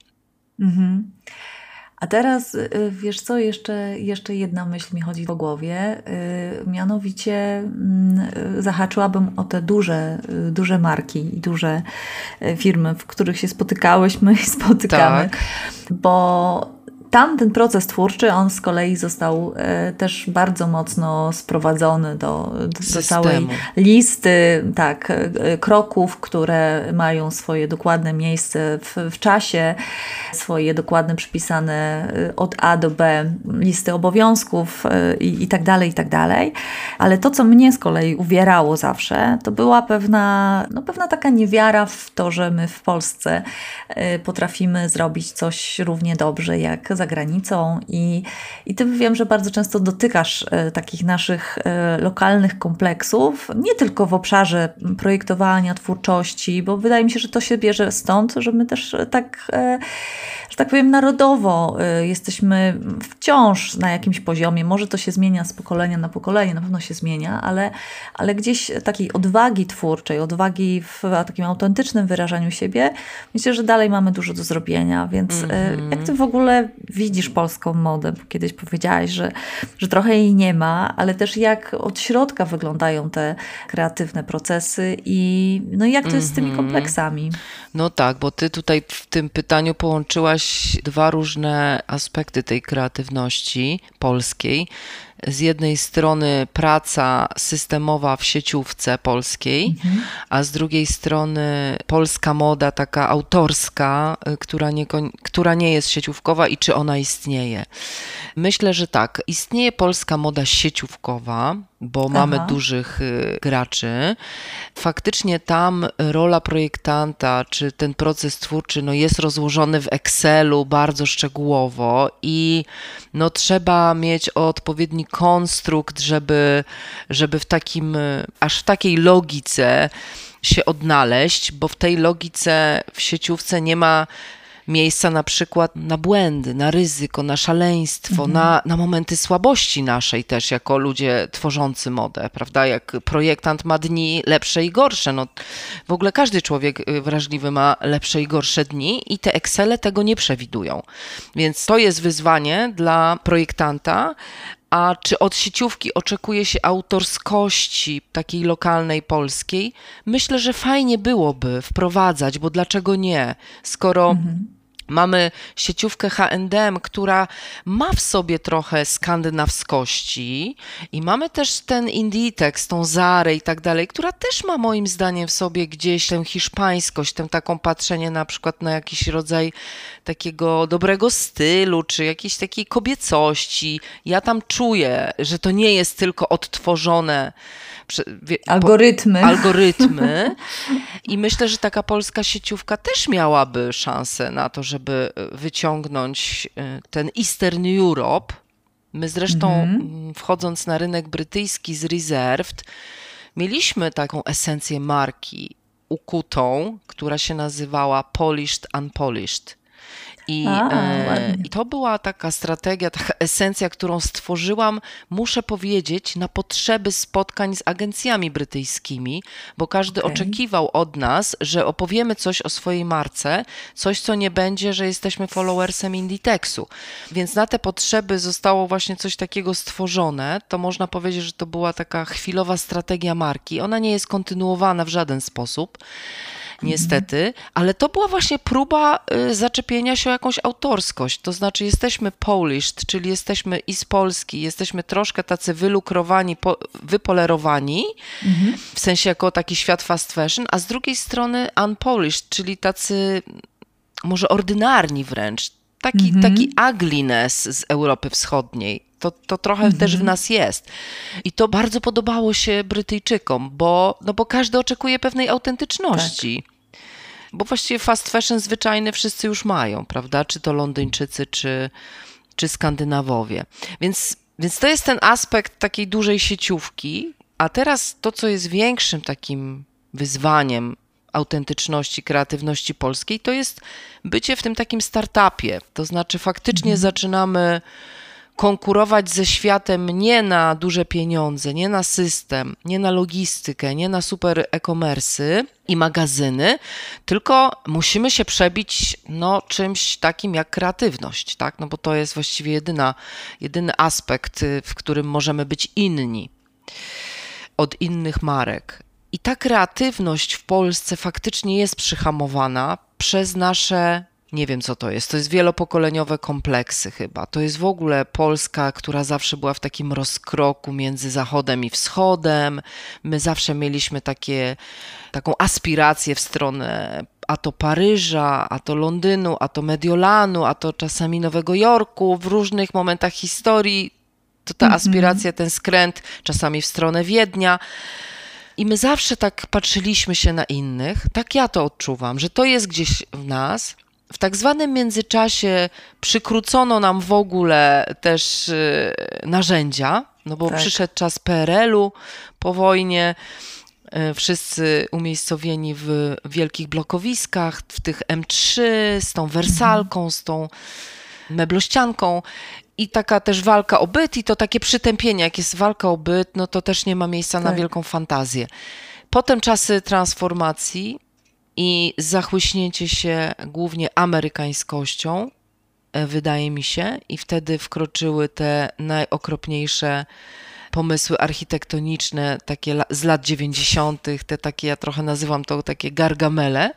Speaker 1: A teraz, wiesz co, jeszcze jedna myśl mi chodzi po głowie, mianowicie zahaczyłabym o te duże marki i duże firmy, w których się spotykałyśmy i spotykamy, tak. Bo tam ten proces twórczy, on z kolei został też bardzo mocno sprowadzony do całej listy kroków, które mają swoje dokładne miejsce w czasie, swoje dokładne przypisane od A do B listy obowiązków i tak dalej, i tak dalej. Ale to, co mnie z kolei uwierało zawsze, to była pewna taka niewiara w to, że my w Polsce potrafimy zrobić coś równie dobrze jak za granicą i ty wiem, że bardzo często dotykasz takich naszych lokalnych kompleksów, nie tylko w obszarze projektowania, twórczości, bo wydaje mi się, że to się bierze stąd, że my też że tak powiem, narodowo jesteśmy wciąż na jakimś poziomie. Może to się zmienia z pokolenia na pokolenie, na pewno się zmienia, ale gdzieś takiej odwagi twórczej, odwagi w takim autentycznym wyrażaniu siebie, myślę, że dalej mamy dużo do zrobienia. Więc jak ty w ogóle widzisz polską modę? Bo kiedyś powiedziałaś, że trochę jej nie ma, ale też jak od środka wyglądają te kreatywne procesy i jak to jest z tymi kompleksami?
Speaker 2: No tak, bo ty tutaj w tym pytaniu połączyłaś dwa różne aspekty tej kreatywności polskiej. Z jednej strony praca systemowa w sieciówce polskiej, a z drugiej strony polska moda taka autorska, która nie jest sieciówkowa i czy ona istnieje. Myślę, że tak, istnieje polska moda sieciówkowa, bo mamy dużych graczy. Faktycznie tam rola projektanta, czy ten proces twórczy jest rozłożony w Excelu bardzo szczegółowo i trzeba mieć odpowiedni konstrukt, żeby w takiej logice się odnaleźć, bo w tej logice w sieciówce nie ma miejsca na przykład na błędy, na ryzyko, na szaleństwo, na momenty słabości naszej też jako ludzie tworzący modę, prawda? Jak projektant ma dni lepsze i gorsze, w ogóle każdy człowiek wrażliwy ma lepsze i gorsze dni i te Excele tego nie przewidują. Więc to jest wyzwanie dla projektanta. A czy od sieciówki oczekuje się autorskości takiej lokalnej, polskiej? Myślę, że fajnie byłoby wprowadzać, bo dlaczego nie? Skoro mamy sieciówkę H&M, która ma w sobie trochę skandynawskości i mamy też ten Inditex, tą Zarę i tak dalej, która też ma moim zdaniem w sobie gdzieś tę hiszpańskość, tę taką patrzenie na przykład na jakiś rodzaj takiego dobrego stylu, czy jakiejś takiej kobiecości. Ja tam czuję, że to nie jest tylko odtworzone algorytmy. I myślę, że taka polska sieciówka też miałaby szansę na to, żeby wyciągnąć ten Eastern Europe. My zresztą wchodząc na rynek brytyjski z Reserved, mieliśmy taką esencję marki ukutą, która się nazywała Polished Unpolished. I to była taka strategia, taka esencja, którą stworzyłam, muszę powiedzieć, na potrzeby spotkań z agencjami brytyjskimi, bo każdy oczekiwał od nas, że opowiemy coś o swojej marce, coś, co nie będzie, że jesteśmy followersem Inditexu. Więc na te potrzeby zostało właśnie coś takiego stworzone. To można powiedzieć, że to była taka chwilowa strategia marki. Ona nie jest kontynuowana w żaden sposób. Niestety, ale to była właśnie próba zaczepienia się o jakąś autorskość, to znaczy jesteśmy polished, czyli jesteśmy i z Polski, jesteśmy troszkę tacy wylukrowani, wypolerowani, w sensie jako taki świat fast fashion, a z drugiej strony unpolished, czyli tacy może ordynarni wręcz, taki ugliness z Europy Wschodniej. To trochę też w nas jest. I to bardzo podobało się Brytyjczykom, bo każdy oczekuje pewnej autentyczności. Tak. Bo właściwie fast fashion zwyczajny wszyscy już mają, prawda? Czy to Londyńczycy, czy Skandynawowie. Więc to jest ten aspekt takiej dużej sieciówki. A teraz to, co jest większym takim wyzwaniem autentyczności, kreatywności polskiej, to jest bycie w tym takim startupie. To znaczy faktycznie zaczynamy konkurować ze światem nie na duże pieniądze, nie na system, nie na logistykę, nie na super e-commerce'y i magazyny, tylko musimy się przebić czymś takim jak kreatywność, tak? Bo to jest właściwie jedyny aspekt, w którym możemy być inni od innych marek. I ta kreatywność w Polsce faktycznie jest przyhamowana przez nasze Nie wiem, co to jest. To jest wielopokoleniowe kompleksy chyba. To jest w ogóle Polska, która zawsze była w takim rozkroku między Zachodem i Wschodem. My zawsze mieliśmy taką aspirację w stronę a to Paryża, a to Londynu, a to Mediolanu, a to czasami Nowego Jorku. W różnych momentach historii to ta aspiracja, ten skręt, czasami w stronę Wiednia. I my zawsze tak patrzyliśmy się na innych. Tak ja to odczuwam, że to jest gdzieś w nas. W tak zwanym międzyczasie przykrócono nam w ogóle też narzędzia, no bo przyszedł czas PRL-u po wojnie, wszyscy umiejscowieni w wielkich blokowiskach, w tych M3, z tą wersalką, z tą meblościanką i taka też walka o byt i to takie przytępienie, jak jest walka o byt, no to też nie ma miejsca na wielką fantazję. Potem czasy transformacji i zachłyśnięcie się głównie amerykańskością, wydaje mi się, i wtedy wkroczyły te najokropniejsze pomysły architektoniczne, takie z lat 90., te takie, ja trochę nazywam to takie gargamele,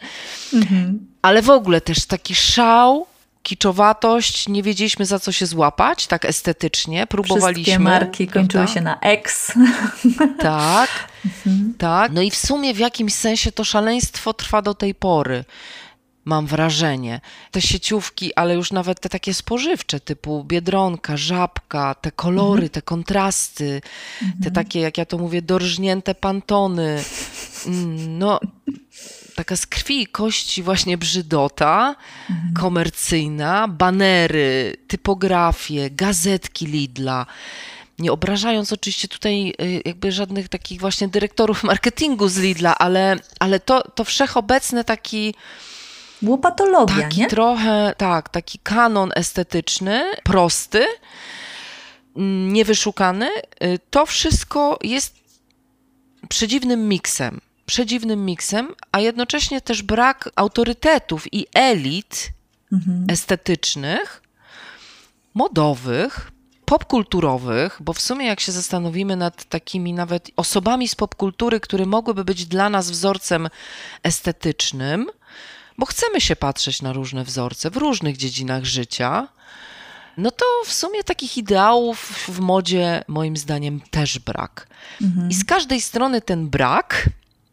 Speaker 2: ale w ogóle też taki szał, kiczowatość, nie wiedzieliśmy za co się złapać, tak estetycznie, próbowaliśmy.
Speaker 1: Wszystkie marki kończyły się na X.
Speaker 2: Tak, tak. No i w sumie w jakimś sensie to szaleństwo trwa do tej pory. Mam wrażenie. Te sieciówki, ale już nawet te takie spożywcze, typu Biedronka, Żabka, te kolory, te kontrasty, te takie, jak ja to mówię, dorżnięte pantony. No, taka z krwi i kości właśnie brzydota, komercyjna, banery, typografie, gazetki Lidla. Nie obrażając oczywiście tutaj jakby żadnych takich właśnie dyrektorów marketingu z Lidla, ale to wszechobecne taki...
Speaker 1: Łopatologia,
Speaker 2: taki
Speaker 1: nie?
Speaker 2: Trochę, tak, taki kanon estetyczny, prosty, niewyszukany. To wszystko jest przedziwnym miksem, a jednocześnie też brak autorytetów i elit estetycznych, modowych, popkulturowych, bo w sumie jak się zastanowimy nad takimi nawet osobami z popkultury, które mogłyby być dla nas wzorcem estetycznym, bo chcemy się patrzeć na różne wzorce w różnych dziedzinach życia, no to w sumie takich ideałów w modzie moim zdaniem też brak. I z każdej strony ten brak,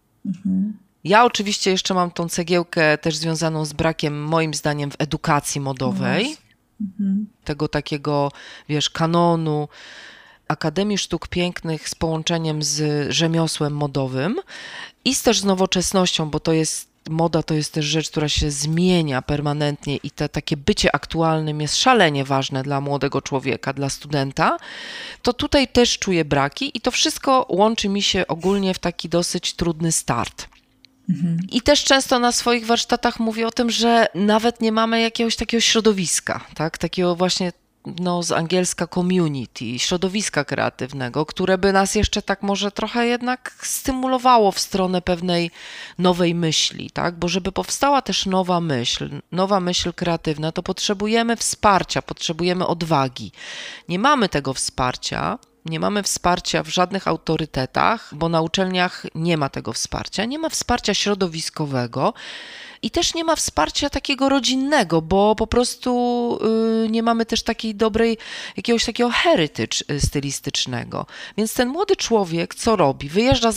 Speaker 2: ja oczywiście jeszcze mam tą cegiełkę też związaną z brakiem moim zdaniem w edukacji modowej, tego takiego, wiesz, kanonu Akademii Sztuk Pięknych z połączeniem z rzemiosłem modowym i też z nowoczesnością, bo moda to jest też rzecz, która się zmienia permanentnie i takie bycie aktualnym jest szalenie ważne dla młodego człowieka, dla studenta, to tutaj też czuję braki i to wszystko łączy mi się ogólnie w taki dosyć trudny start. I też często na swoich warsztatach mówię o tym, że nawet nie mamy jakiegoś takiego środowiska, tak? Takiego właśnie z angielska community, środowiska kreatywnego, które by nas jeszcze tak może trochę jednak stymulowało w stronę pewnej nowej myśli, tak? Bo żeby powstała też nowa myśl kreatywna, to potrzebujemy wsparcia, potrzebujemy odwagi. Nie mamy tego wsparcia. Nie mamy wsparcia w żadnych autorytetach, bo na uczelniach nie ma tego wsparcia. Nie ma wsparcia środowiskowego i też nie ma wsparcia takiego rodzinnego, bo po prostu nie mamy też takiej jakiegoś takiego heritage stylistycznego. Więc ten młody człowiek co robi? Wyjeżdża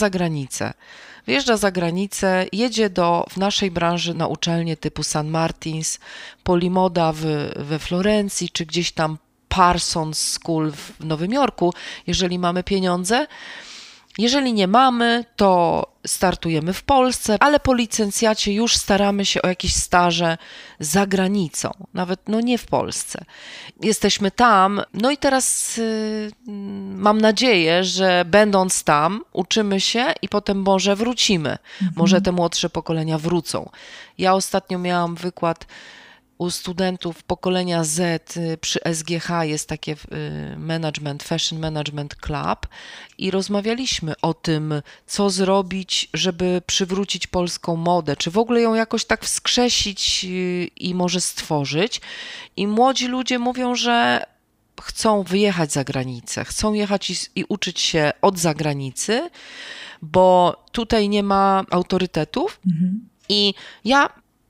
Speaker 2: za granicę, jedzie w naszej branży na uczelnie typu St. Martins, Polimoda we Florencji, czy gdzieś tam Parsons School w Nowym Jorku, jeżeli mamy pieniądze. Jeżeli nie mamy, to startujemy w Polsce, ale po licencjacie już staramy się o jakieś staże za granicą, nawet nie w Polsce. Jesteśmy tam, no i teraz mam nadzieję, że będąc tam, uczymy się i potem może wrócimy. Może te młodsze pokolenia wrócą. Ja ostatnio miałam wykład u studentów pokolenia Z przy SGH, jest takie Fashion Management Club i rozmawialiśmy o tym, co zrobić, żeby przywrócić polską modę, czy w ogóle ją jakoś tak wskrzesić i może stworzyć. I młodzi ludzie mówią, że chcą wyjechać za granicę, chcą jechać i uczyć się od zagranicy, bo tutaj nie ma autorytetów. I ja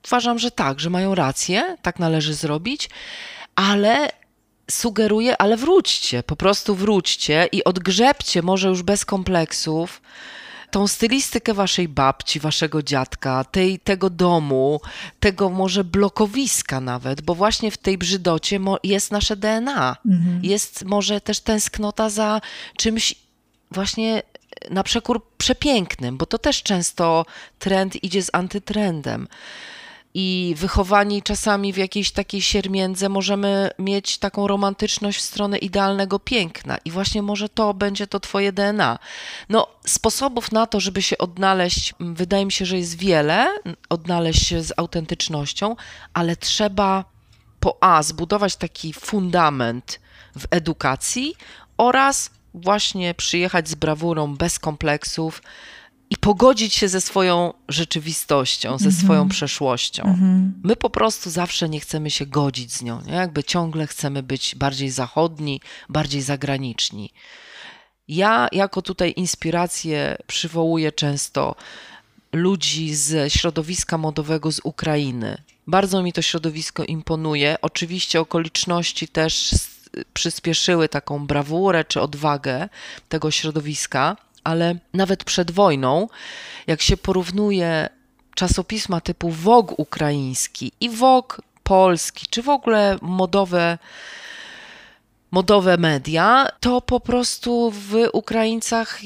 Speaker 2: uważam, że tak, że mają rację, tak należy zrobić, ale sugeruję, ale wróćcie, po prostu wróćcie i odgrzebcie, może już bez kompleksów, tą stylistykę waszej babci, waszego dziadka, tego domu, tego może blokowiska nawet, bo właśnie w tej brzydocie jest nasze DNA. Jest może też tęsknota za czymś właśnie na przekór przepięknym, bo to też często trend idzie z antytrendem. I wychowani czasami w jakiejś takiej siermiędze możemy mieć taką romantyczność w stronę idealnego piękna i właśnie może to będzie to twoje DNA. No, sposobów na to, żeby się odnaleźć, wydaje mi się, że jest wiele, odnaleźć się z autentycznością, ale trzeba zbudować taki fundament w edukacji oraz właśnie przyjechać z brawurą, bez kompleksów, i pogodzić się ze swoją rzeczywistością, ze swoją przeszłością. My po prostu zawsze nie chcemy się godzić z nią, nie? Jakby ciągle chcemy być bardziej zachodni, bardziej zagraniczni. Ja jako tutaj inspirację przywołuję często ludzi ze środowiska modowego z Ukrainy. Bardzo mi to środowisko imponuje. Oczywiście okoliczności też przyspieszyły taką brawurę czy odwagę tego środowiska, ale nawet przed wojną, jak się porównuje czasopisma typu Vogue ukraiński i Vogue polski, czy w ogóle modowe media, to po prostu w Ukraińcach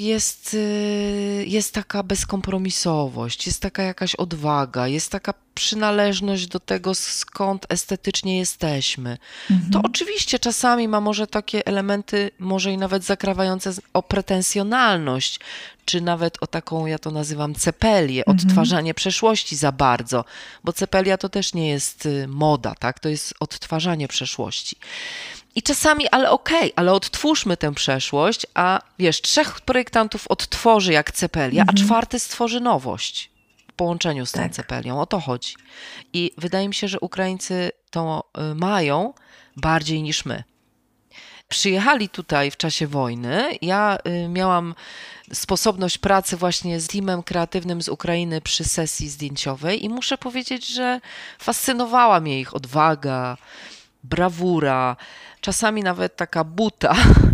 Speaker 2: jest taka bezkompromisowość, jest taka jakaś odwaga, jest taka przynależność do tego, skąd estetycznie jesteśmy. To oczywiście czasami ma może takie elementy, może i nawet zakrawające o pretensjonalność, czy nawet o taką, ja to nazywam cepelię, odtwarzanie przeszłości za bardzo, bo cepelia to też nie jest moda, tak? To jest odtwarzanie przeszłości. I czasami, ale okej, ale odtwórzmy tę przeszłość, a wiesz, 3 projektantów odtworzy jak cepelia, a 4 stworzy nowość w połączeniu z tą cepelią. O to chodzi. I wydaje mi się, że Ukraińcy to mają bardziej niż my. Przyjechali tutaj w czasie wojny. Ja miałam sposobność pracy właśnie z teamem kreatywnym z Ukrainy przy sesji zdjęciowej i muszę powiedzieć, że fascynowała mnie ich odwaga, brawura, czasami nawet taka buta,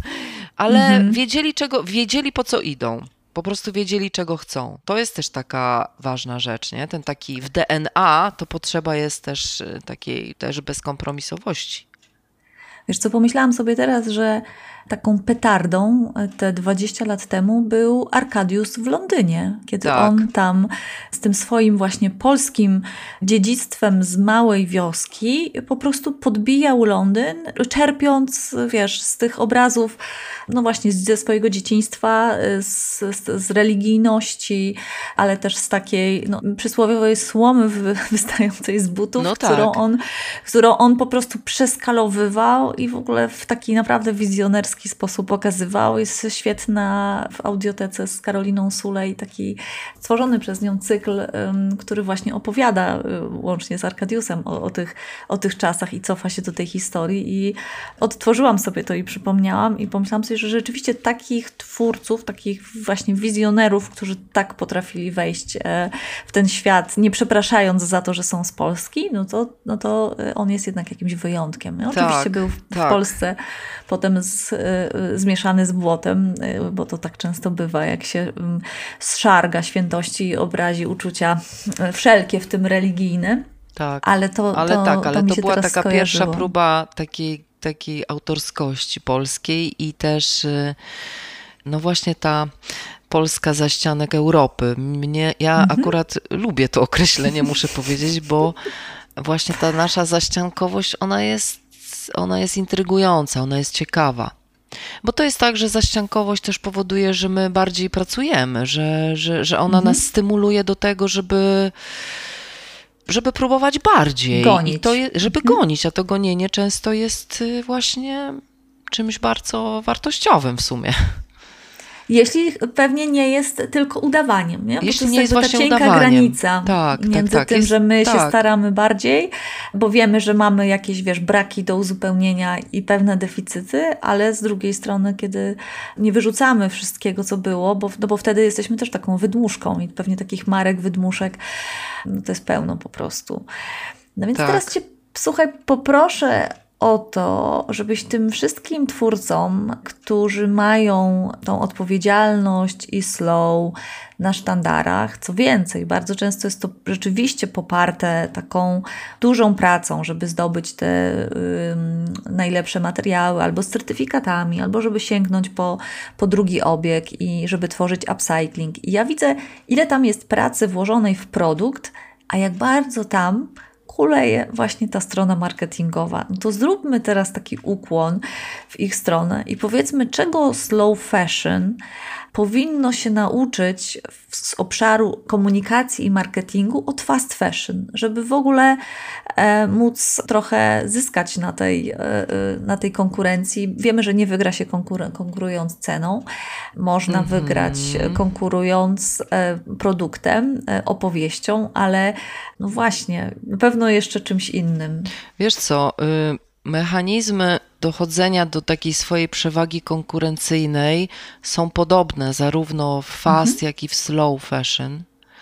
Speaker 2: ale wiedzieli po co idą. Po prostu wiedzieli, czego chcą. To jest też taka ważna rzecz, nie? Ten taki w DNA to potrzeba jest też takiej też bezkompromisowości.
Speaker 1: Wiesz co, pomyślałam sobie teraz, że taką petardą te 20 lat temu był Arkadiusz w Londynie, kiedy on tam z tym swoim właśnie polskim dziedzictwem z małej wioski po prostu podbijał Londyn, czerpiąc, wiesz, z tych obrazów, no właśnie ze swojego dzieciństwa, z religijności, ale też z takiej przysłowiowej słomy wystającej z butów, którą on po prostu przeskalowywał i w ogóle w taki naprawdę wizjonerski sposób pokazywał. Jest świetna w audiotece z Karoliną Sulej, taki stworzony przez nią cykl, który właśnie opowiada łącznie z Arkadiusem o tych czasach i cofa się do tej historii i odtworzyłam sobie to i przypomniałam i pomyślałam sobie, że rzeczywiście takich twórców, takich właśnie wizjonerów, którzy tak potrafili wejść w ten świat, nie przepraszając za to, że są z Polski, no to on jest jednak jakimś wyjątkiem. No, oczywiście był w Polsce potem zmieszany z błotem, bo to tak często bywa, jak się zszarga świętości i obrazi uczucia wszelkie, w tym religijne.
Speaker 2: Tak,
Speaker 1: ale to
Speaker 2: była taka pierwsza próba takiej autorskości polskiej i też no właśnie ta Polska za ścianek Europy. Ja akurat lubię to określenie, muszę powiedzieć, bo właśnie ta nasza zaściankowość, ona jest intrygująca, ona jest ciekawa. Bo to jest tak, że zaściankowość też powoduje, że my bardziej pracujemy, że ona nas stymuluje do tego, żeby próbować bardziej.
Speaker 1: Gonić.
Speaker 2: Żeby gonić, a to gonienie często jest właśnie czymś bardzo wartościowym w sumie.
Speaker 1: Jeśli pewnie nie jest tylko udawaniem, nie? Bo
Speaker 2: Jeśli
Speaker 1: to
Speaker 2: nie jest
Speaker 1: jakby
Speaker 2: właśnie
Speaker 1: ta cienka
Speaker 2: udawaniem.
Speaker 1: granica między tym,
Speaker 2: jest,
Speaker 1: że my się
Speaker 2: tak.
Speaker 1: staramy bardziej, bo wiemy, że mamy jakieś, braki do uzupełnienia i pewne deficyty, ale z drugiej strony, kiedy nie wyrzucamy wszystkiego, co było, bo wtedy jesteśmy też taką wydmuszką i pewnie takich marek, wydmuszek, to jest pełno po prostu. No więc teraz Cię, słuchaj, poproszę o to, żebyś tym wszystkim twórcom, którzy mają tą odpowiedzialność i slow na sztandarach, co więcej, bardzo często jest to rzeczywiście poparte taką dużą pracą, żeby zdobyć te najlepsze materiały, albo z certyfikatami, albo żeby sięgnąć po drugi obieg i żeby tworzyć upcycling. I ja widzę, ile tam jest pracy włożonej w produkt, a jak bardzo tam kuleje właśnie ta strona marketingowa. No to zróbmy teraz taki ukłon w ich stronę i powiedzmy, czego slow fashion powinno się nauczyć z obszaru komunikacji i marketingu od fast fashion, żeby w ogóle móc trochę zyskać na tej konkurencji. Wiemy, że nie wygra się konkurując ceną. Można wygrać konkurując produktem, opowieścią, ale no właśnie, na pewno jeszcze czymś innym.
Speaker 2: Wiesz co, mechanizmy dochodzenia do takiej swojej przewagi konkurencyjnej są podobne zarówno w fast, jak i w slow fashion,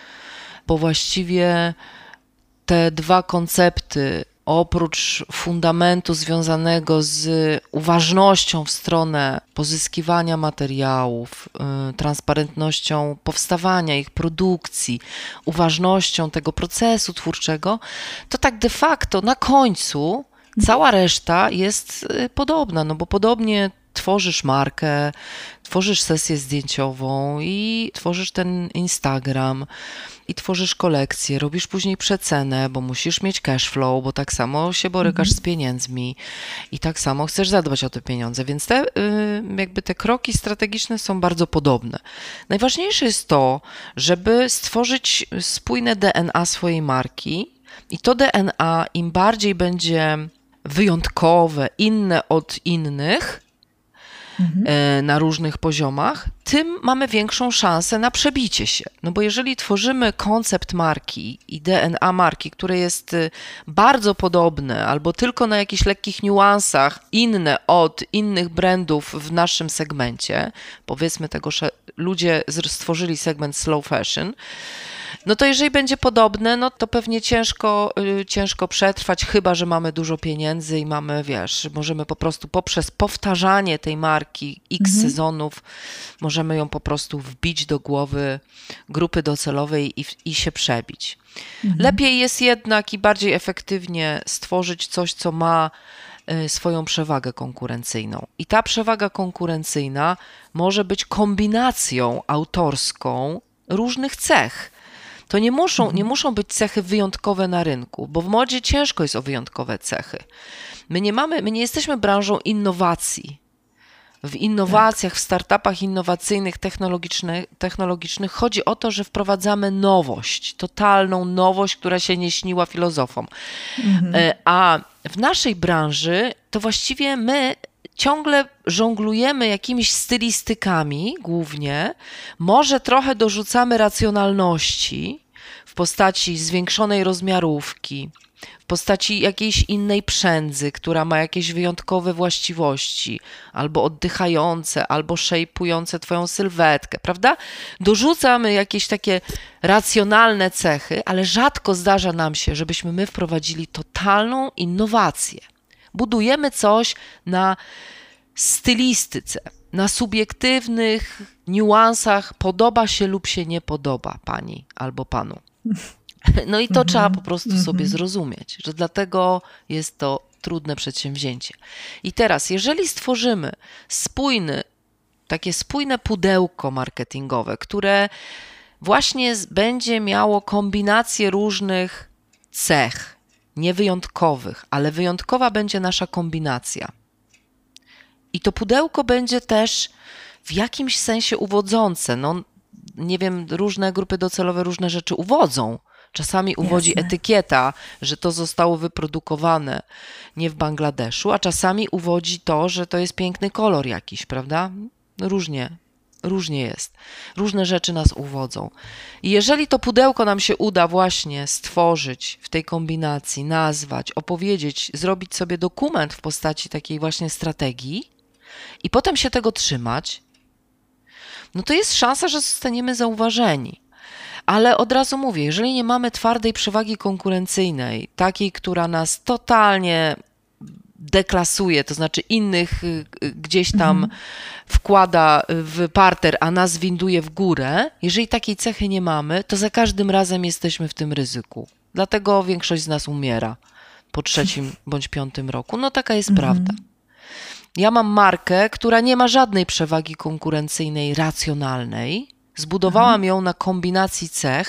Speaker 2: bo właściwie te dwa koncepty, oprócz fundamentu związanego z uważnością w stronę pozyskiwania materiałów, transparentnością powstawania ich produkcji, uważnością tego procesu twórczego, to tak de facto na końcu cała reszta jest podobna, no bo podobnie tworzysz markę, tworzysz sesję zdjęciową i tworzysz ten Instagram i tworzysz kolekcję, robisz później przecenę, bo musisz mieć cash flow, bo tak samo się borykasz z pieniędzmi i tak samo chcesz zadbać o te pieniądze, więc te kroki strategiczne są bardzo podobne. Najważniejsze jest to, żeby stworzyć spójne DNA swojej marki i to DNA im bardziej będzie wyjątkowe, inne od innych, na różnych poziomach, tym mamy większą szansę na przebicie się. No bo jeżeli tworzymy koncept marki i DNA marki, które jest bardzo podobne albo tylko na jakichś lekkich niuansach inne od innych brandów w naszym segmencie, powiedzmy tego, że ludzie stworzyli segment slow fashion, no to jeżeli będzie podobne, no to pewnie ciężko przetrwać, chyba że mamy dużo pieniędzy i mamy, możemy po prostu poprzez powtarzanie tej marki x sezonów, możemy ją po prostu wbić do głowy grupy docelowej i się przebić. Lepiej jest jednak i bardziej efektywnie stworzyć coś, co ma swoją przewagę konkurencyjną. I ta przewaga konkurencyjna może być kombinacją autorską różnych cech. To nie muszą być cechy wyjątkowe na rynku, bo w modzie ciężko jest o wyjątkowe cechy. My nie jesteśmy branżą innowacji. W innowacjach, w startupach innowacyjnych, technologicznych chodzi o to, że wprowadzamy nowość, totalną nowość, która się nie śniła filozofom. A w naszej branży to właściwie my ciągle żonglujemy jakimiś stylistykami głównie, może trochę dorzucamy racjonalności w postaci zwiększonej rozmiarówki, w postaci jakiejś innej przędzy, która ma jakieś wyjątkowe właściwości, albo oddychające, albo szejpujące twoją sylwetkę, prawda? Dorzucamy jakieś takie racjonalne cechy, ale rzadko zdarza nam się, żebyśmy my wprowadzili totalną innowację. Budujemy coś na stylistyce, na subiektywnych niuansach, podoba się lub się nie podoba pani albo panu. No i to trzeba po prostu sobie zrozumieć, że dlatego jest to trudne przedsięwzięcie. I teraz, jeżeli stworzymy takie spójne pudełko marketingowe, które właśnie będzie miało kombinację różnych cech, niewyjątkowych, ale wyjątkowa będzie nasza kombinacja. I to pudełko będzie też w jakimś sensie uwodzące. No, nie wiem, różne grupy docelowe różne rzeczy uwodzą. Czasami uwodzi etykieta, że to zostało wyprodukowane nie w Bangladeszu, a czasami uwodzi to, że to jest piękny kolor jakiś, prawda? Różnie Różnie jest. Różne rzeczy nas uwodzą. I jeżeli to pudełko nam się uda właśnie stworzyć w tej kombinacji, nazwać, opowiedzieć, zrobić sobie dokument w postaci takiej właśnie strategii i potem się tego trzymać, no to jest szansa, że zostaniemy zauważeni. Ale od razu mówię, jeżeli nie mamy twardej przewagi konkurencyjnej, takiej, która nas totalnie deklasuje, to znaczy innych gdzieś tam wkłada w parter, a nas winduje w górę, jeżeli takiej cechy nie mamy, to za każdym razem jesteśmy w tym ryzyku. Dlatego większość z nas umiera po 3. bądź 5. roku. No taka jest prawda. Ja mam markę, która nie ma żadnej przewagi konkurencyjnej racjonalnej. Zbudowałam ją na kombinacji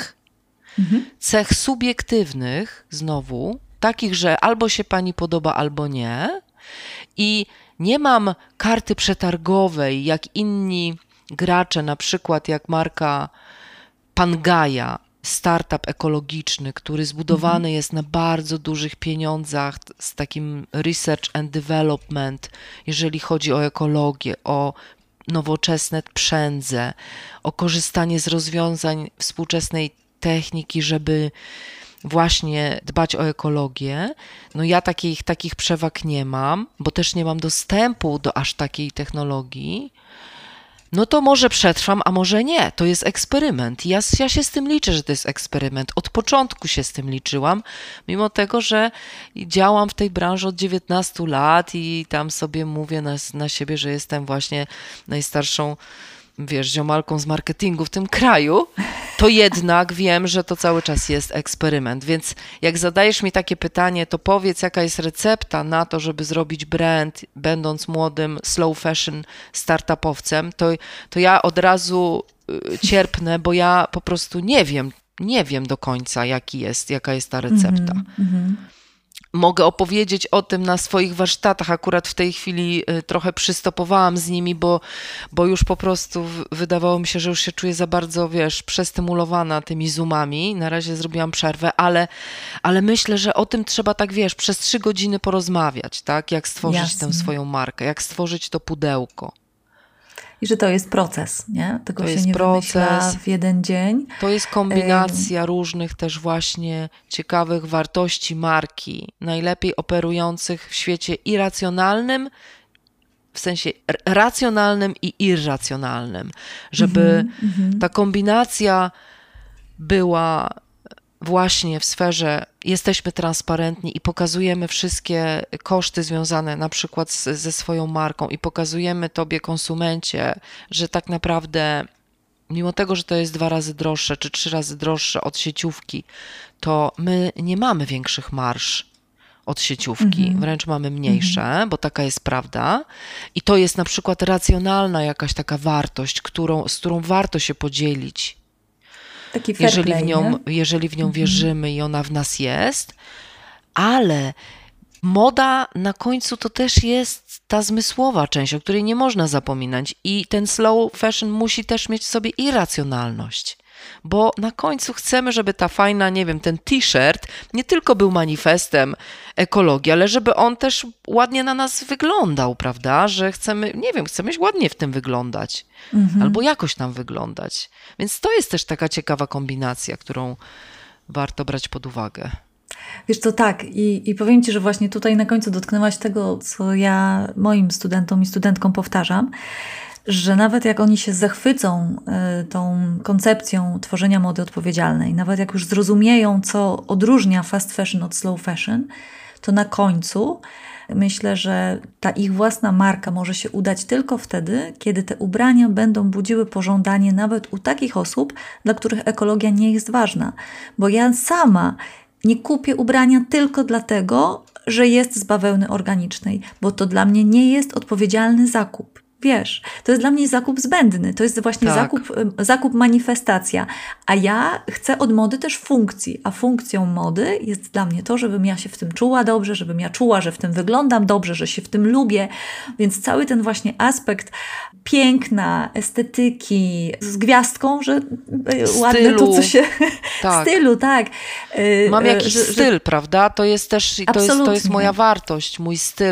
Speaker 2: cech subiektywnych znowu, takich, że albo się pani podoba, albo nie. I nie mam karty przetargowej, jak inni gracze, na przykład jak marka Pangaia, startup ekologiczny, który zbudowany jest na bardzo dużych pieniądzach z takim research and development, jeżeli chodzi o ekologię, o nowoczesne przędze, o korzystanie z rozwiązań współczesnej techniki, żeby właśnie dbać o ekologię. No ja takich przewag nie mam, bo też nie mam dostępu do aż takiej technologii. No to może przetrwam, a może nie. To jest eksperyment. Ja się z tym liczę, że to jest eksperyment. Od początku się z tym liczyłam, mimo tego, że działam w tej branży od 19 lat i tam sobie mówię na siebie, że jestem właśnie najstarszą, ziomalką z marketingu w tym kraju, to jednak wiem, że to cały czas jest eksperyment. Więc jak zadajesz mi takie pytanie, to powiedz, jaka jest recepta na to, żeby zrobić brand, będąc młodym slow fashion startupowcem, to ja od razu cierpnę, bo ja po prostu nie wiem do końca, jaka jest ta recepta. Mogę opowiedzieć o tym na swoich warsztatach. Akurat w tej chwili trochę przystopowałam z nimi, bo już po prostu wydawało mi się, że już się czuję za bardzo, przestymulowana tymi zoomami. Na razie zrobiłam przerwę, ale myślę, że o tym trzeba tak, przez 3 godziny porozmawiać, tak? Jak stworzyć tę swoją markę, jak stworzyć to pudełko.
Speaker 1: I że to jest proces, nie? Tego się nie wymyśla w jeden dzień.
Speaker 2: To jest kombinacja różnych też właśnie ciekawych wartości marki, najlepiej operujących w świecie irracjonalnym, w sensie racjonalnym i irracjonalnym, żeby ta kombinacja była właśnie w sferze jesteśmy transparentni i pokazujemy wszystkie koszty związane na przykład ze swoją marką i pokazujemy tobie, konsumencie, że tak naprawdę mimo tego, że to jest 2 razy droższe czy 3 razy droższe od sieciówki, to my nie mamy większych marż od sieciówki, wręcz mamy mniejsze, bo taka jest prawda. I to jest na przykład racjonalna jakaś taka wartość, z którą warto się podzielić.
Speaker 1: Taki fair play,
Speaker 2: jeżeli w nią wierzymy i ona w nas jest, ale moda na końcu to też jest ta zmysłowa część, o której nie można zapominać i ten slow fashion musi też mieć w sobie irracjonalność, bo na końcu chcemy, żeby ta fajna, ten t-shirt nie tylko był manifestem ekologii, ale żeby on też ładnie na nas wyglądał, prawda, że chcemy ładnie w tym wyglądać, albo jakoś tam wyglądać. Więc to jest też taka ciekawa kombinacja, którą warto brać pod uwagę.
Speaker 1: Wiesz co, tak. I powiem Ci, że właśnie tutaj na końcu dotknęłaś tego, co ja moim studentom i studentkom powtarzam, że nawet jak oni się zachwycą tą koncepcją tworzenia mody odpowiedzialnej, nawet jak już zrozumieją, co odróżnia fast fashion od slow fashion, to na końcu myślę, że ta ich własna marka może się udać tylko wtedy, kiedy te ubrania będą budziły pożądanie nawet u takich osób, dla których ekologia nie jest ważna. Bo ja sama nie kupię ubrania tylko dlatego, że jest z bawełny organicznej, bo to dla mnie nie jest odpowiedzialny zakup. Wiesz, to jest dla mnie zakup zbędny, to jest właśnie zakup manifestacja, a ja chcę od mody też funkcji, a funkcją mody jest dla mnie to, żebym ja się w tym czuła dobrze, żebym ja czuła, że w tym wyglądam dobrze, że się w tym lubię, więc cały ten właśnie aspekt piękna, estetyki, z gwiazdką, że ładne to, co się...
Speaker 2: Tak.
Speaker 1: Stylu, tak.
Speaker 2: Mam jakiś styl, prawda? To jest też to jest moja wartość, mój styl,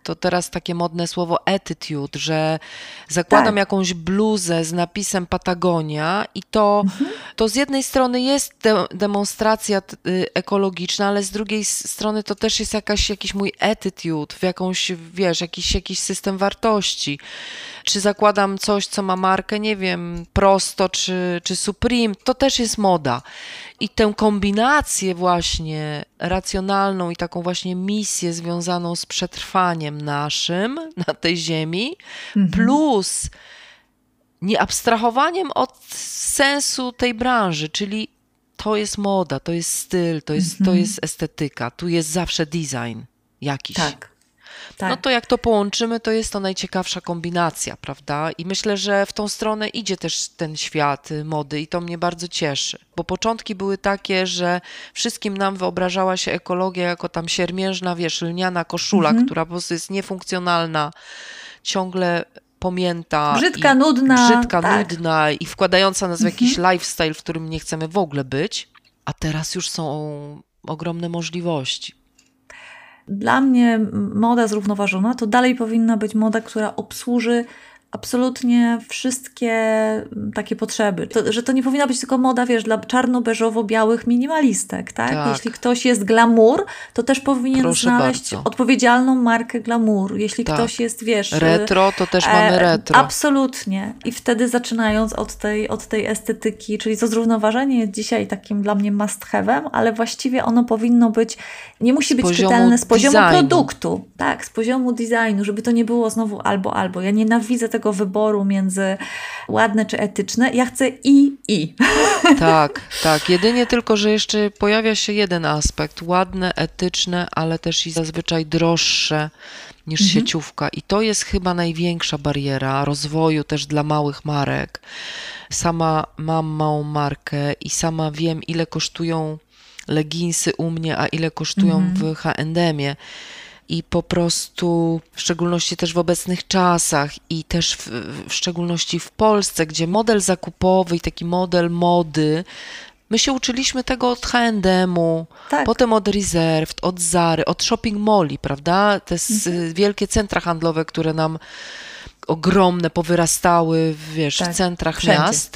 Speaker 2: to teraz takie modne słowo attitude, że zakładam jakąś bluzę z napisem Patagonia i to z jednej strony jest demonstracja ekologiczna, ale z drugiej strony to też jest jakiś mój attitude, w jakąś, wiesz, jakiś system wartości. Czy zakładam coś, co ma markę, nie wiem, Prosto czy Supreme, to też jest moda. I tę kombinację właśnie racjonalną i taką właśnie misję związaną z przetrwaniem naszym na tej ziemi, plus nieabstrahowaniem od sensu tej branży, czyli to jest moda, to jest styl, to jest estetyka, tu jest zawsze design jakiś.
Speaker 1: Tak.
Speaker 2: No to jak to połączymy, to jest to najciekawsza kombinacja, prawda? I myślę, że w tą stronę idzie też ten świat mody i to mnie bardzo cieszy. Bo początki były takie, że wszystkim nam wyobrażała się ekologia jako tam siermiężna, wiesz, lniana koszula, która po prostu jest niefunkcjonalna, ciągle pomięta.
Speaker 1: Brzydka, nudna
Speaker 2: i wkładająca nas w jakiś lifestyle, w którym nie chcemy w ogóle być. A teraz już są ogromne możliwości.
Speaker 1: Dla mnie moda zrównoważona to dalej powinna być moda, która obsłuży absolutnie wszystkie takie potrzeby. Że to nie powinna być tylko moda, wiesz, dla czarno-beżowo-białych minimalistek, tak? Jeśli ktoś jest glamour, to też powinien znaleźć odpowiedzialną markę glamour. Jeśli ktoś jest, wiesz...
Speaker 2: Retro, to też mamy retro.
Speaker 1: Absolutnie. I wtedy zaczynając od tej estetyki, czyli to zrównoważenie jest dzisiaj takim dla mnie must have'em, ale właściwie ono powinno być, nie musi być czytelne z poziomu produktu. Tak, z poziomu designu, żeby to nie było znowu albo. Ja nienawidzę tego wyboru między ładne czy etyczne. Ja chcę i.
Speaker 2: Tak. Jedynie tylko, że jeszcze pojawia się jeden aspekt. Ładne, etyczne, ale też i zazwyczaj droższe niż sieciówka. I to jest chyba największa bariera rozwoju też dla małych marek. Sama mam małą markę i sama wiem, ile kosztują leginsy u mnie, a ile kosztują w H&M-ie. I po prostu, w szczególności też w obecnych czasach i też w szczególności w Polsce, gdzie model zakupowy i taki model mody, my się uczyliśmy tego od H&M-u, potem od Reserved, od Zary, od shopping malli, prawda? Te wielkie centra handlowe, które nam ogromne powyrastały, wiesz, w centrach
Speaker 1: wszędzie.
Speaker 2: Miast.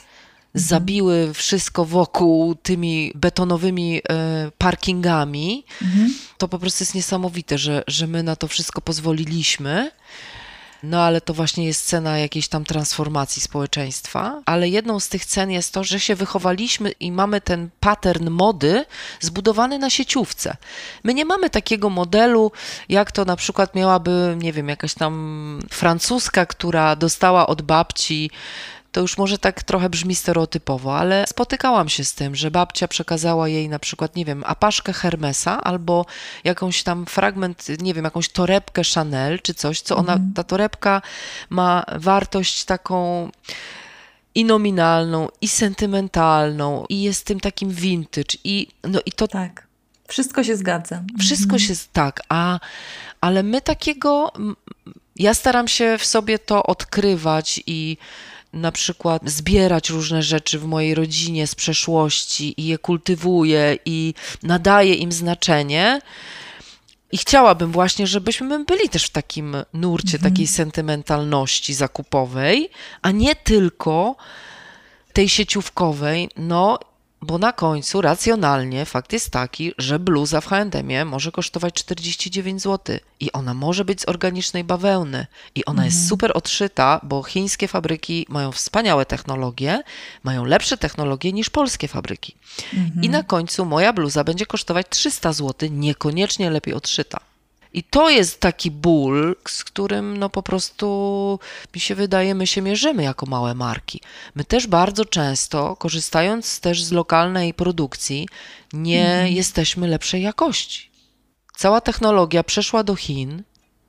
Speaker 2: Zabiły wszystko wokół tymi betonowymi parkingami. To po prostu jest niesamowite, że my na to wszystko pozwoliliśmy. No ale to właśnie jest cena jakiejś tam transformacji społeczeństwa. Ale jedną z tych cen jest to, że się wychowaliśmy i mamy ten pattern mody zbudowany na sieciówce. My nie mamy takiego modelu, jak to na przykład miałaby, nie wiem, jakaś tam francuska, która dostała od babci. To już może tak trochę brzmi stereotypowo, ale spotykałam się z tym, że babcia przekazała jej na przykład, nie wiem, apaszkę Hermesa albo jakąś tam fragment, nie wiem, jakąś torebkę Chanel czy coś, co ta torebka ma wartość taką i nominalną, i sentymentalną, i jest tym takim vintage. I to...
Speaker 1: Tak, wszystko się zgadza.
Speaker 2: Wszystko się, tak, ale my takiego... Ja staram się w sobie to odkrywać i na przykład zbierać różne rzeczy w mojej rodzinie z przeszłości i je kultywuję i nadaję im znaczenie. I chciałabym właśnie, żebyśmy byli też w takim nurcie takiej sentymentalności zakupowej, a nie tylko tej sieciówkowej, bo na końcu racjonalnie fakt jest taki, że bluza w H&M-ie może kosztować 49 zł i ona może być z organicznej bawełny i ona jest super odszyta, bo chińskie fabryki mają wspaniałe technologie, mają lepsze technologie niż polskie fabryki. I na końcu moja bluza będzie kosztować 300 zł, niekoniecznie lepiej odszyta. I to jest taki ból, z którym po prostu mi się wydaje, my się mierzymy jako małe marki. My też bardzo często, korzystając też z lokalnej produkcji, nie jesteśmy lepszej jakości. Cała technologia przeszła do Chin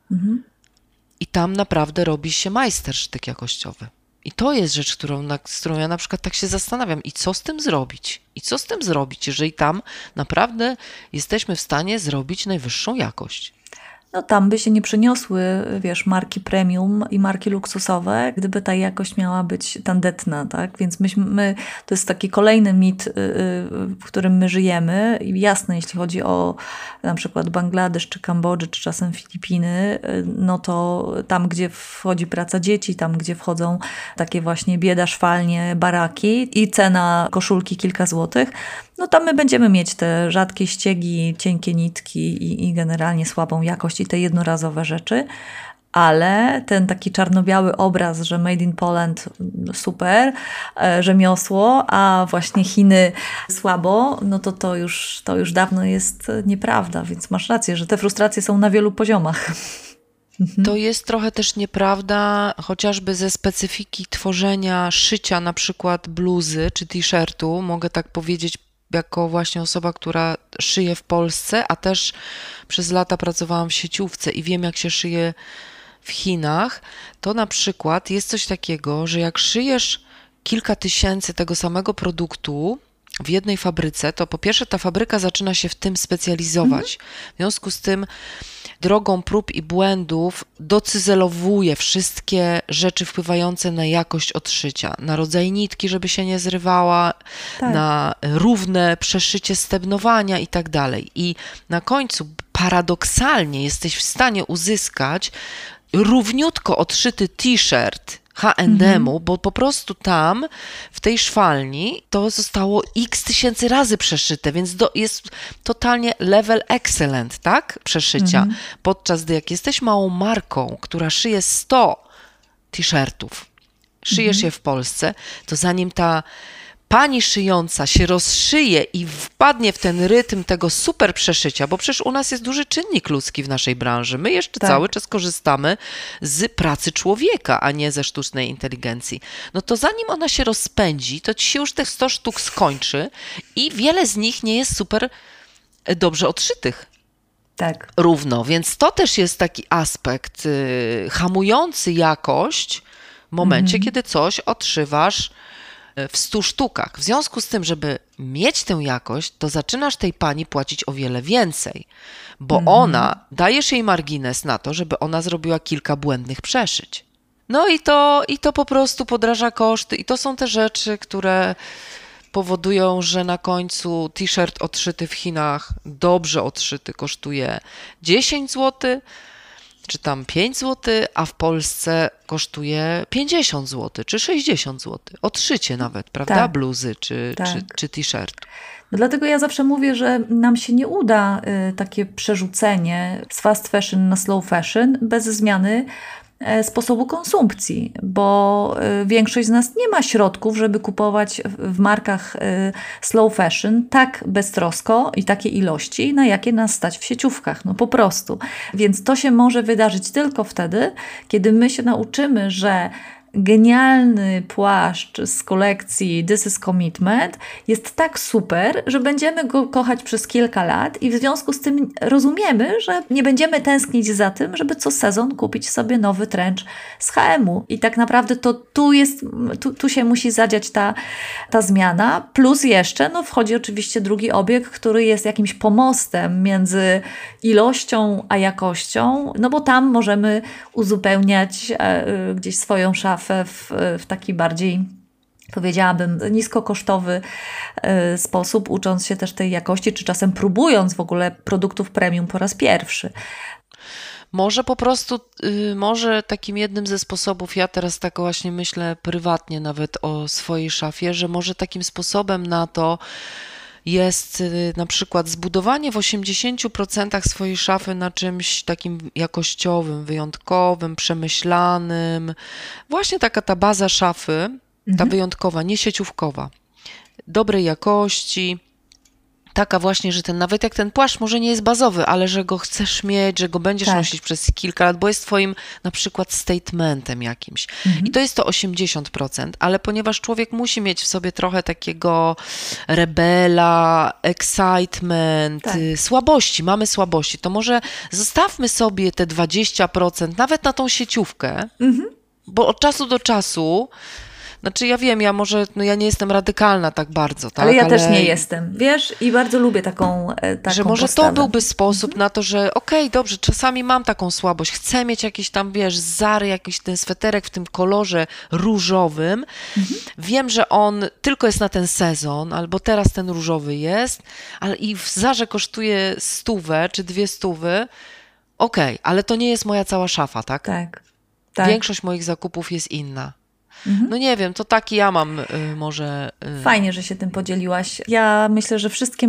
Speaker 2: i tam naprawdę robi się majstersztyk jakościowy. I to jest rzecz, z którą ja na przykład tak się zastanawiam. I co z tym zrobić? Jeżeli tam naprawdę jesteśmy w stanie zrobić najwyższą jakość?
Speaker 1: no tam by się nie przeniosły, wiesz, marki premium i marki luksusowe, gdyby ta jakość miała być tandetna, tak? Więc to jest taki kolejny mit, w którym my żyjemy. I jasne, jeśli chodzi o na przykład Bangladesz, czy Kambodżę, czy czasem Filipiny, no to tam, gdzie wchodzi praca dzieci, tam, gdzie wchodzą takie właśnie bieda, szwalnie, baraki i cena koszulki kilka złotych, no tam my będziemy mieć te rzadkie ściegi, cienkie nitki i generalnie słabą jakość i te jednorazowe rzeczy, ale ten taki czarno-biały obraz, że made in Poland super, rzemiosło, a właśnie Chiny słabo, no to już dawno jest nieprawda, więc masz rację, że te frustracje są na wielu poziomach.
Speaker 2: To jest trochę też nieprawda, chociażby ze specyfiki tworzenia, szycia na przykład bluzy czy t-shirtu, mogę tak powiedzieć jako właśnie osoba, która szyje w Polsce, a też przez lata pracowałam w sieciówce i wiem, jak się szyje w Chinach, to na przykład jest coś takiego, że jak szyjesz kilka tysięcy tego samego produktu w jednej fabryce, to po pierwsze ta fabryka zaczyna się w tym specjalizować. W związku z tym drogą prób i błędów docyzelowuje wszystkie rzeczy wpływające na jakość odszycia, na rodzaj nitki, żeby się nie zrywała, na równe przeszycie stebnowania i tak dalej. I na końcu paradoksalnie jesteś w stanie uzyskać równiutko odszyty t-shirt H&M-u, bo po prostu tam, w tej szwalni, to zostało x tysięcy razy przeszyte, więc jest totalnie level excellent, tak? Przeszycia. Podczas gdy jak jesteś małą marką, która szyje 100 t-shirtów, szyjesz je w Polsce, to zanim ta pani szyjąca się rozszyje i wpadnie w ten rytm tego super przeszycia, bo przecież u nas jest duży czynnik ludzki w naszej branży. My jeszcze cały czas korzystamy z pracy człowieka, a nie ze sztucznej inteligencji. No to zanim ona się rozpędzi, to ci się już tych 100 sztuk skończy i wiele z nich nie jest super dobrze odszytych.
Speaker 1: Tak.
Speaker 2: Równo, więc to też jest taki aspekt hamujący jakość w momencie, kiedy coś odszywasz w 100 sztukach. W związku z tym, żeby mieć tę jakość, to zaczynasz tej pani płacić o wiele więcej, bo dajesz jej margines na to, żeby ona zrobiła kilka błędnych przeszyć. No i to po prostu podraża koszty i to są te rzeczy, które powodują, że na końcu t-shirt odszyty w Chinach, dobrze odszyty, kosztuje 10 zł, czy tam 5 zł, a w Polsce kosztuje 50 zł, czy 60 zł. Odszycie nawet, prawda?
Speaker 1: Tak.
Speaker 2: Bluzy czy t-shirt.
Speaker 1: No dlatego ja zawsze mówię, że nam się nie uda takie przerzucenie z fast fashion na slow fashion bez zmiany sposobu konsumpcji, bo większość z nas nie ma środków, żeby kupować w markach slow fashion tak beztrosko i takie ilości, na jakie nas stać w sieciówkach, no po prostu. Więc to się może wydarzyć tylko wtedy, kiedy my się nauczymy, że genialny płaszcz z kolekcji This is Commitment jest tak super, że będziemy go kochać przez kilka lat i w związku z tym rozumiemy, że nie będziemy tęsknić za tym, żeby co sezon kupić sobie nowy trench z H&M-u. I tak naprawdę to tu się musi zadziać ta zmiana. Plus jeszcze wchodzi oczywiście drugi obieg, który jest jakimś pomostem między ilością a jakością, no bo tam możemy uzupełniać gdzieś swoją szafę w taki bardziej, powiedziałabym, niskokosztowy sposób, ucząc się też tej jakości, czy czasem próbując w ogóle produktów premium po raz pierwszy.
Speaker 2: Może po prostu, może takim jednym ze sposobów, ja teraz tak właśnie myślę prywatnie nawet o swojej szafie, że może takim sposobem na to jest na przykład zbudowanie w 80% swojej szafy na czymś takim jakościowym, wyjątkowym, przemyślanym. Właśnie taka ta baza szafy, ta wyjątkowa, nie sieciówkowa, dobrej jakości. Taka właśnie, że nawet jak ten płaszcz może nie jest bazowy, ale że go chcesz mieć, że go będziesz nosić przez kilka lat, bo jest twoim na przykład statementem jakimś. I to jest to 80%, ale ponieważ człowiek musi mieć w sobie trochę takiego rebela, excitement, słabości, mamy słabości, to może zostawmy sobie te 20%, nawet na tą sieciówkę, bo od czasu do czasu Znaczy ja wiem, ja nie jestem radykalna tak bardzo, tak?
Speaker 1: Ale ja też nie jestem, wiesz? I bardzo lubię taką
Speaker 2: że może
Speaker 1: postawę.
Speaker 2: to byłby sposób na to, że okej, dobrze, czasami mam taką słabość, chcę mieć jakiś tam, wiesz, Zary, jakiś ten sweterek w tym kolorze różowym. Wiem, że on tylko jest na ten sezon, albo teraz ten różowy jest, ale i w Zarze kosztuje 100 czy 200. Okej, ale to nie jest moja cała szafa, tak?
Speaker 1: Tak.
Speaker 2: Większość moich zakupów jest inna. No nie wiem, to taki ja mam może...
Speaker 1: Fajnie, że się tym podzieliłaś. Ja myślę, że wszystkie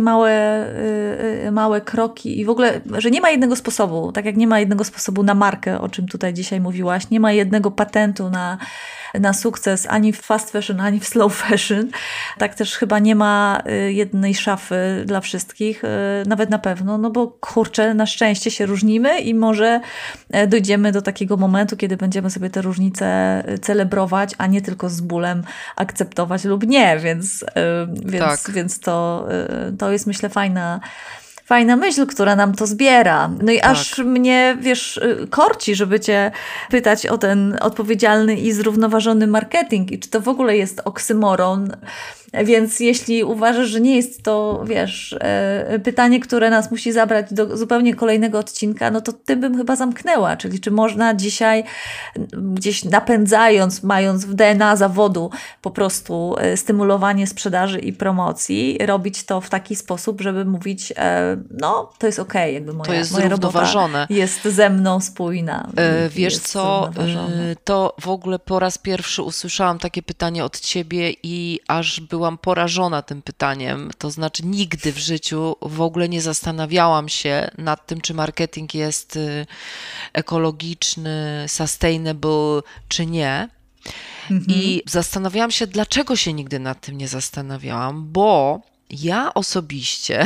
Speaker 1: małe kroki i w ogóle, że nie ma jednego sposobu, tak jak nie ma jednego sposobu na markę, o czym tutaj dzisiaj mówiłaś, nie ma jednego patentu na sukces ani w fast fashion, ani w slow fashion. Tak też chyba nie ma jednej szafy dla wszystkich, nawet na pewno, no bo kurczę, na szczęście się różnimy i może dojdziemy do takiego momentu, kiedy będziemy sobie te różnice celebrować, a nie tylko z bólem akceptować lub nie, więc to jest, myślę, fajna myśl, która nam to zbiera. No i aż mnie, wiesz, korci, żeby cię pytać o ten odpowiedzialny i zrównoważony marketing i czy to w ogóle jest oksymoron. Więc jeśli uważasz, że nie jest to, wiesz, pytanie, które nas musi zabrać do zupełnie kolejnego odcinka, no to tym bym chyba zamknęła. Czyli czy można dzisiaj gdzieś napędzając, mając w DNA zawodu po prostu stymulowanie sprzedaży i promocji, robić to w taki sposób, żeby mówić, no to jest okej, jakby moja robota jest ze mną spójna.
Speaker 2: Wiesz co, to w ogóle po raz pierwszy usłyszałam takie pytanie od ciebie i aż byłam porażona tym pytaniem. To znaczy nigdy w życiu w ogóle nie zastanawiałam się nad tym, czy marketing jest ekologiczny, sustainable, czy nie. I zastanawiałam się, dlaczego się nigdy nad tym nie zastanawiałam, bo ja osobiście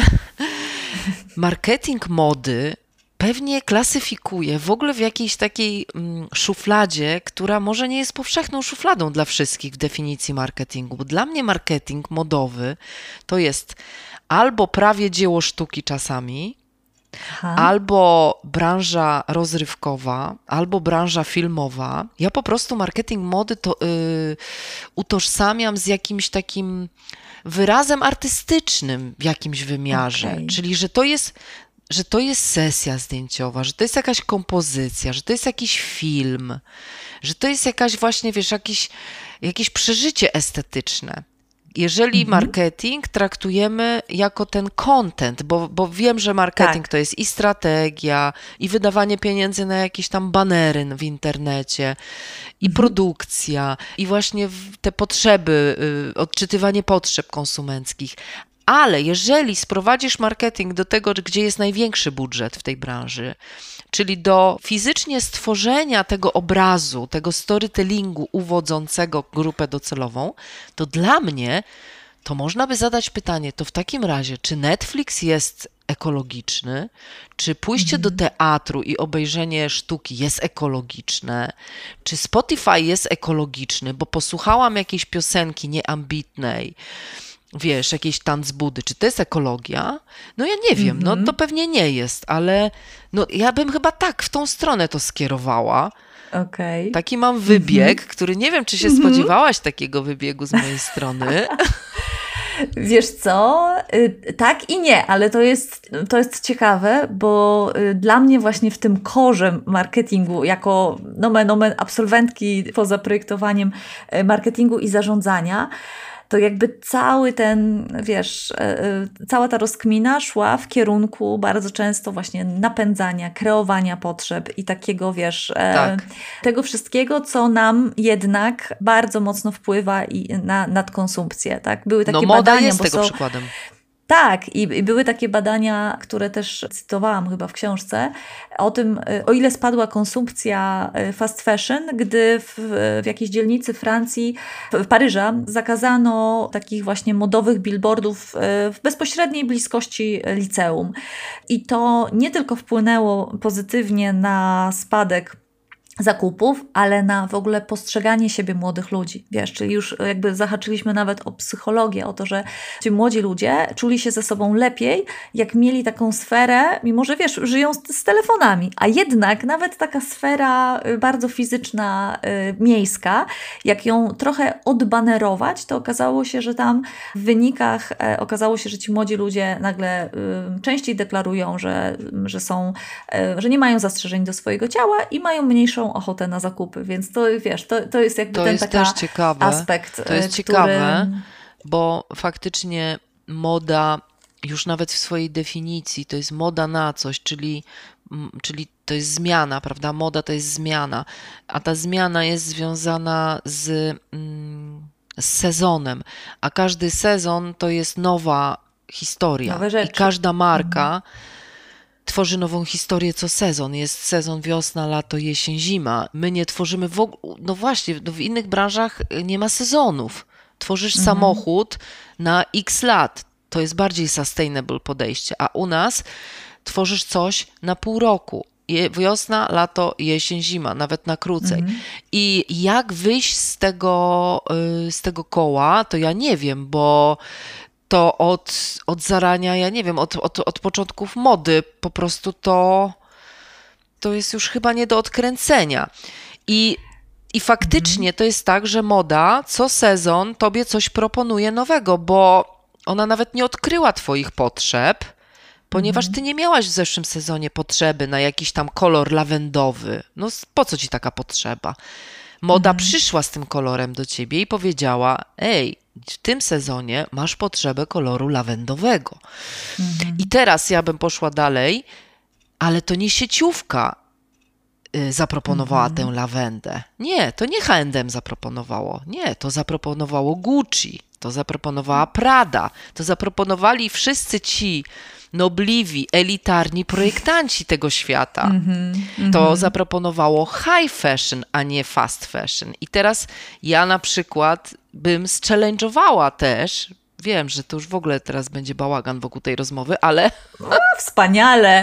Speaker 2: marketing mody pewnie klasyfikuję w ogóle w jakiejś takiej szufladzie, która może nie jest powszechną szufladą dla wszystkich w definicji marketingu. Bo dla mnie marketing modowy to jest albo prawie dzieło sztuki czasami, albo branża rozrywkowa, albo branża filmowa. Ja po prostu marketing mody to utożsamiam z jakimś takim wyrazem artystycznym w jakimś wymiarze. Czyli, że to jest sesja zdjęciowa, że to jest jakaś kompozycja, że to jest jakiś film, że to jest jakaś właśnie, wiesz, jakieś przeżycie estetyczne. Jeżeli marketing traktujemy jako ten content, bo wiem, że marketing to jest i strategia, i wydawanie pieniędzy na jakieś tam banery w internecie, i produkcja, i właśnie te potrzeby, odczytywanie potrzeb konsumenckich. Ale jeżeli sprowadzisz marketing do tego, gdzie jest największy budżet w tej branży, czyli do fizycznie stworzenia tego obrazu, tego storytellingu uwodzącego grupę docelową, to dla mnie to można by zadać pytanie, to w takim razie, czy Netflix jest ekologiczny, czy pójście do teatru i obejrzenie sztuki jest ekologiczne, czy Spotify jest ekologiczny, bo posłuchałam jakiejś piosenki nieambitnej, wiesz, jakiejś tanzbudy, czy to jest ekologia? No ja nie wiem, no to pewnie nie jest, ale no ja bym chyba tak w tą stronę to skierowała. Taki mam wybieg, który nie wiem, czy się spodziewałaś takiego wybiegu z mojej strony.
Speaker 1: Wiesz co, tak i nie, ale to jest ciekawe, bo dla mnie właśnie w tym korze marketingu, jako nomen omen absolwentki poza projektowaniem marketingu i zarządzania, to jakby cały ten, wiesz, cała ta rozkmina szła w kierunku bardzo często właśnie napędzania, kreowania potrzeb i takiego, wiesz, tego wszystkiego, co nam jednak bardzo mocno wpływa i na nadkonsumpcję, tak? Były takie
Speaker 2: moda
Speaker 1: badania,
Speaker 2: jest tego przykładem.
Speaker 1: Tak, i były takie badania, które też cytowałam chyba w książce, o tym, o ile spadła konsumpcja fast fashion, gdy w jakiejś dzielnicy Francji, w Paryża, zakazano takich właśnie modowych billboardów w bezpośredniej bliskości liceum. I to nie tylko wpłynęło pozytywnie na spadek zakupów, ale na w ogóle postrzeganie siebie młodych ludzi. Wiesz, czyli już jakby zahaczyliśmy nawet o psychologię, o to, że ci młodzi ludzie czuli się ze sobą lepiej, jak mieli taką sferę, mimo że wiesz, żyją z telefonami, a jednak nawet taka sfera bardzo fizyczna, miejska, jak ją trochę odbanerować, to okazało się, że tam w wynikach okazało się, że ci młodzi ludzie nagle częściej deklarują, że są, że nie mają zastrzeżeń do swojego ciała i mają mniejszą ochotę na zakupy, więc to wiesz, to jest jakby ten taki aspekt.
Speaker 2: To jest ciekawe, bo faktycznie moda już nawet w swojej definicji to jest moda na coś, czyli to jest zmiana, prawda? Moda to jest zmiana, a ta zmiana jest związana z sezonem, a każdy sezon to jest nowa historia.
Speaker 1: Nowe rzeczy.
Speaker 2: I każda marka tworzy nową historię co sezon. Jest sezon wiosna, lato, jesień, zima. My nie tworzymy w ogóle, no właśnie, w innych branżach nie ma sezonów. Tworzysz samochód na x lat. To jest bardziej sustainable podejście, a u nas tworzysz coś na pół roku. Wiosna, lato, jesień, zima, nawet na krócej. I jak wyjść z tego koła, to ja nie wiem, bo to od zarania, ja nie wiem, od początków mody po prostu to jest już chyba nie do odkręcenia. I faktycznie to jest tak, że moda co sezon tobie coś proponuje nowego, bo ona nawet nie odkryła twoich potrzeb, ponieważ ty nie miałaś w zeszłym sezonie potrzeby na jakiś tam kolor lawendowy. No po co ci taka potrzeba? Moda przyszła z tym kolorem do ciebie i powiedziała: ej, w tym sezonie masz potrzebę koloru lawendowego. I teraz ja bym poszła dalej, ale to nie sieciówka zaproponowała tę lawendę. Nie, to nie H&M zaproponowało. Nie, to zaproponowało Gucci, to zaproponowała Prada, to zaproponowali wszyscy ci nobliwi, elitarni projektanci tego świata. To zaproponowało high fashion, a nie fast fashion. I teraz ja na przykład bym zchallenge'owała też, wiem, że to już w ogóle teraz będzie bałagan wokół tej rozmowy, ale...
Speaker 1: Wspaniale!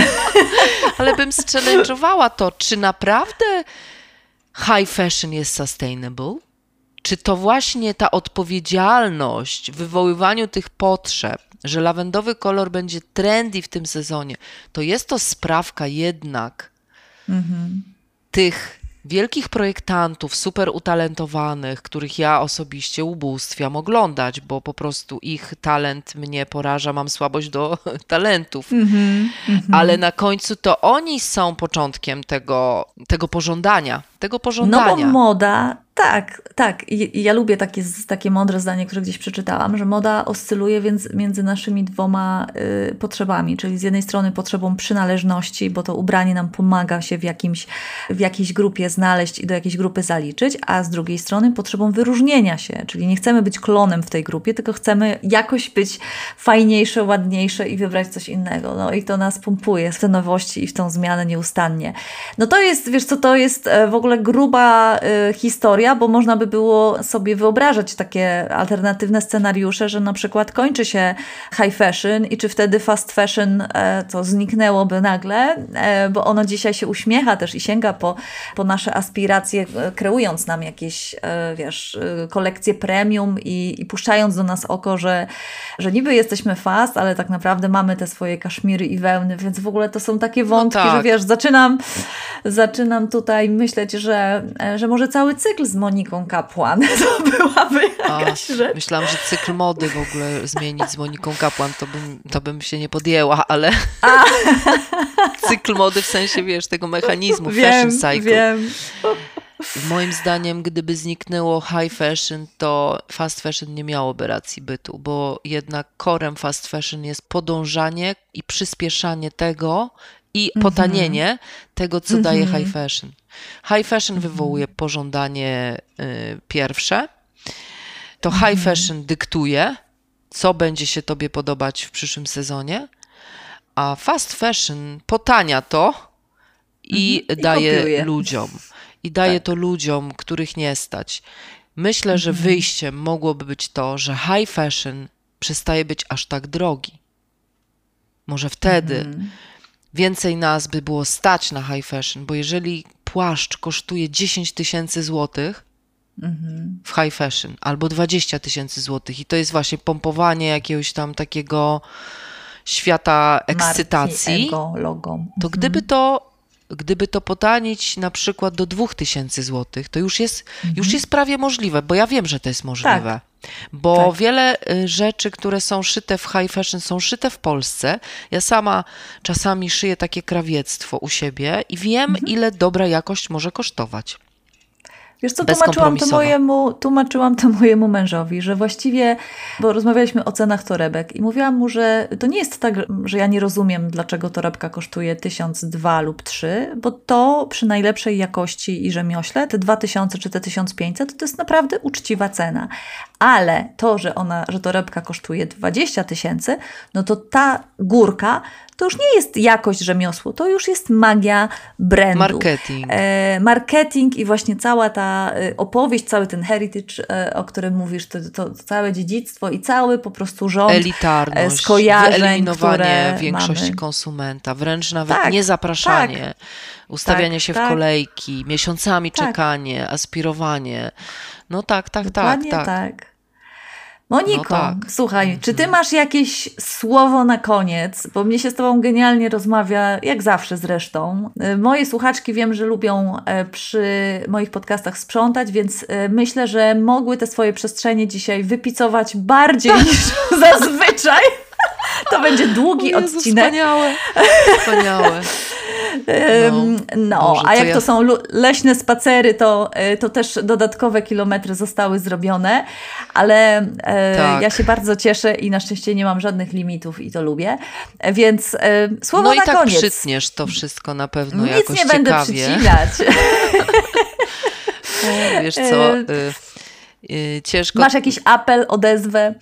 Speaker 2: Ale bym zchallenge'owała to, czy naprawdę high fashion jest sustainable? Czy to właśnie ta odpowiedzialność w wywoływaniu tych potrzeb, że lawendowy kolor będzie trendy w tym sezonie, to jest to sprawka jednak tych wielkich projektantów, super utalentowanych, których ja osobiście ubóstwiam oglądać, bo po prostu ich talent mnie poraża, mam słabość do talentów. Ale na końcu to oni są początkiem tego pożądania.
Speaker 1: No bo moda, tak. I ja lubię takie mądre zdanie, które gdzieś przeczytałam, że moda oscyluje więc między naszymi dwoma potrzebami, czyli z jednej strony potrzebą przynależności, bo to ubranie nam pomaga się w jakiejś grupie znaleźć i do jakiejś grupy zaliczyć, a z drugiej strony potrzebą wyróżnienia się, czyli nie chcemy być klonem w tej grupie, tylko chcemy jakoś być fajniejsze, ładniejsze i wybrać coś innego. No i to nas pompuje w te nowości i w tą zmianę nieustannie. No to jest, wiesz co, to jest w ogóle gruba historia, bo można by było sobie wyobrażać takie alternatywne scenariusze, że na przykład kończy się high fashion i czy wtedy fast fashion to zniknęłoby nagle, bo ono dzisiaj się uśmiecha też i sięga po nasze aspiracje, kreując nam jakieś, wiesz, kolekcje premium i puszczając do nas oko, że niby jesteśmy fast, ale tak naprawdę mamy te swoje kaszmiry i wełny, więc w ogóle to są takie wątki,
Speaker 2: no tak,
Speaker 1: że wiesz, zaczynam tutaj myśleć, że może cały cykl z Moniką Kapłan to byłaby jakaś rzecz.
Speaker 2: Myślałam, że cykl mody w ogóle zmienić z Moniką Kapłan, to bym się nie podjęła, ale cykl mody w sensie, wiesz, tego mechanizmu, fashion cycle.
Speaker 1: Wiem.
Speaker 2: Moim zdaniem, gdyby zniknęło high fashion, to fast fashion nie miałoby racji bytu, bo jednak corem fast fashion jest podążanie i przyspieszanie tego i potanienie tego, co daje high fashion. High fashion wywołuje pożądanie pierwsze. To high fashion dyktuje, co będzie się tobie podobać w przyszłym sezonie, a fast fashion potania to i daje
Speaker 1: kopiuje.
Speaker 2: ludziom. I daje to ludziom, których nie stać. Myślę, że wyjściem mogłoby być to, że high fashion przestaje być aż tak drogi. Może wtedy więcej nas by było stać na high fashion, bo jeżeli płaszcz kosztuje 10 000 złotych w high fashion, albo 20 000 złotych i to jest właśnie pompowanie jakiegoś tam takiego świata ekscytacji,
Speaker 1: marki, ego, logo.
Speaker 2: to gdyby to potanić na przykład do 2000 złotych, to już jest prawie możliwe, bo ja wiem, że to jest możliwe. Bo wiele rzeczy, które są szyte w high fashion, są szyte w Polsce. Ja sama czasami szyję takie krawiectwo u siebie i wiem, ile dobra jakość może kosztować.
Speaker 1: Wiesz co, tłumaczyłam to mojemu mężowi, że właściwie, bo rozmawialiśmy o cenach torebek i mówiłam mu, że to nie jest tak, że ja nie rozumiem, dlaczego torebka kosztuje 1002 lub 3, bo to przy najlepszej jakości i rzemiośle, te 2000 czy te 1500, to jest naprawdę uczciwa cena. Ale to, że torebka kosztuje 20 000, no to ta górka to już nie jest jakość rzemiosło, to już jest magia brandu. Marketing i właśnie cała ta opowieść, cały ten heritage, o którym mówisz, to całe dziedzictwo i cały po prostu rząd
Speaker 2: elitarność,
Speaker 1: skojarzeń,
Speaker 2: wyeliminowanie większości konsumenta, wręcz nawet niezapraszanie, ustawianie się w kolejki, miesiącami czekanie, aspirowanie. No tak.
Speaker 1: Dokładnie tak. Moniko, słuchaj, czy ty masz jakieś słowo na koniec? Bo mnie się z tobą genialnie rozmawia, jak zawsze zresztą. Moje słuchaczki wiem, że lubią przy moich podcastach sprzątać, więc myślę, że mogły te swoje przestrzenie dzisiaj wypicować bardziej niż zazwyczaj. To będzie długi odcinek.
Speaker 2: Wspaniałe.
Speaker 1: A jak to są leśne spacery, to też dodatkowe kilometry zostały zrobione, ale ja się bardzo cieszę i na szczęście nie mam żadnych limitów i to lubię, więc słowo na koniec.
Speaker 2: No i tak przytniesz to wszystko na pewno jakoś ciekawie.
Speaker 1: Nic nie będę przycinać.
Speaker 2: Wiesz co... Ciężko.
Speaker 1: Masz jakiś apel, odezwę?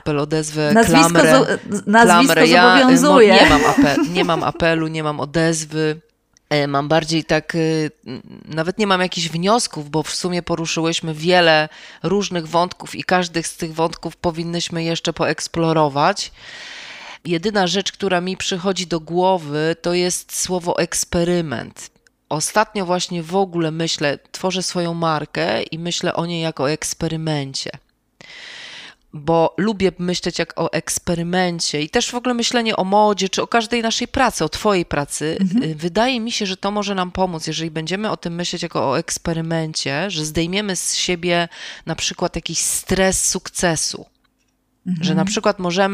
Speaker 1: Nazwisko zobowiązuje.
Speaker 2: Nie mam apelu, nie mam odezwy. Mam bardziej tak, nawet nie mam jakichś wniosków, bo w sumie poruszyłyśmy wiele różnych wątków i każdy z tych wątków powinnyśmy jeszcze poeksplorować. Jedyna rzecz, która mi przychodzi do głowy, to jest słowo eksperyment. Ostatnio właśnie w ogóle tworzę swoją markę i myślę o niej jako o eksperymencie. Bo lubię myśleć jak o eksperymencie i też w ogóle myślenie o modzie, czy o każdej naszej pracy, o twojej pracy. Wydaje mi się, że to może nam pomóc, jeżeli będziemy o tym myśleć jako o eksperymencie, że zdejmiemy z siebie na przykład jakiś stres sukcesu. Że na przykład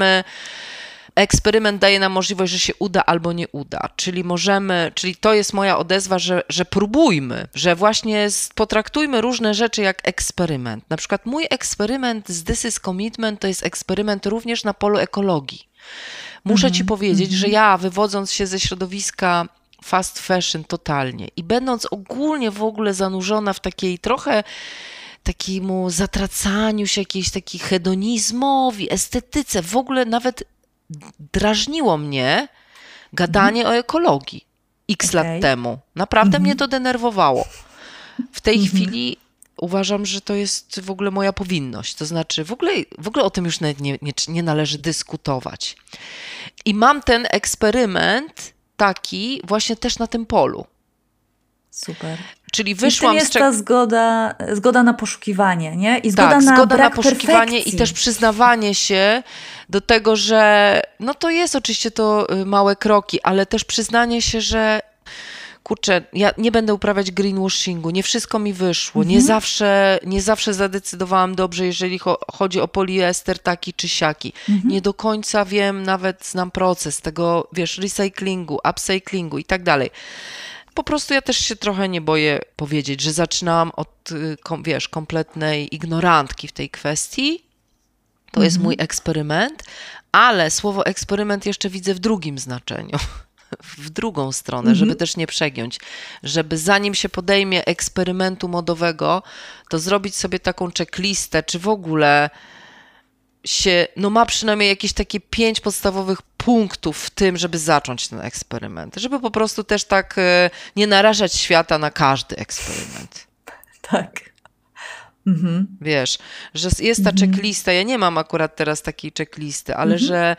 Speaker 2: eksperyment daje nam możliwość, że się uda albo nie uda. Czyli to jest moja odezwa, że próbujmy, że właśnie potraktujmy różne rzeczy jak eksperyment. Na przykład mój eksperyment z This is Commitment to jest eksperyment również na polu ekologii. Muszę ci powiedzieć, że ja wywodząc się ze środowiska fast fashion totalnie i będąc ogólnie w ogóle zanurzona w takiej trochę takiemu zatracaniu się, jakiejś takiej hedonizmowi, estetyce, w ogóle nawet drażniło mnie gadanie o ekologii x lat temu. Naprawdę mnie to denerwowało. W tej chwili uważam, że to jest w ogóle moja powinność. To znaczy w ogóle o tym już nawet nie należy dyskutować. I mam ten eksperyment taki właśnie też na tym polu.
Speaker 1: Super.
Speaker 2: Czyli wyszłam
Speaker 1: jest ta zgoda na poszukiwanie, nie? I zgoda na poszukiwanie perfekcji.
Speaker 2: I też przyznawanie się do tego, że no to jest oczywiście to małe kroki, ale też przyznanie się, że kurczę, ja nie będę uprawiać greenwashingu, nie wszystko mi wyszło, nie zawsze zadecydowałam dobrze, jeżeli chodzi o poliester taki czy siaki. Nie do końca nawet znam proces tego, recyklingu, upcyclingu i tak dalej. Po prostu ja też się trochę nie boję powiedzieć, że zaczynałam od, kompletnej ignorantki w tej kwestii. To jest mój eksperyment, ale słowo eksperyment jeszcze widzę w drugim znaczeniu, w drugą stronę, żeby też nie przegiąć. Żeby zanim się podejmie eksperymentu modowego, to zrobić sobie taką checklistę, czy w ogóle ma przynajmniej jakieś takie 5 podstawowych punktów w tym, żeby zacząć ten eksperyment. Żeby po prostu też tak nie narażać świata na każdy eksperyment.
Speaker 1: Tak.
Speaker 2: Wiesz, że jest ta checklista. Ja nie mam akurat teraz takiej checklisty, ale że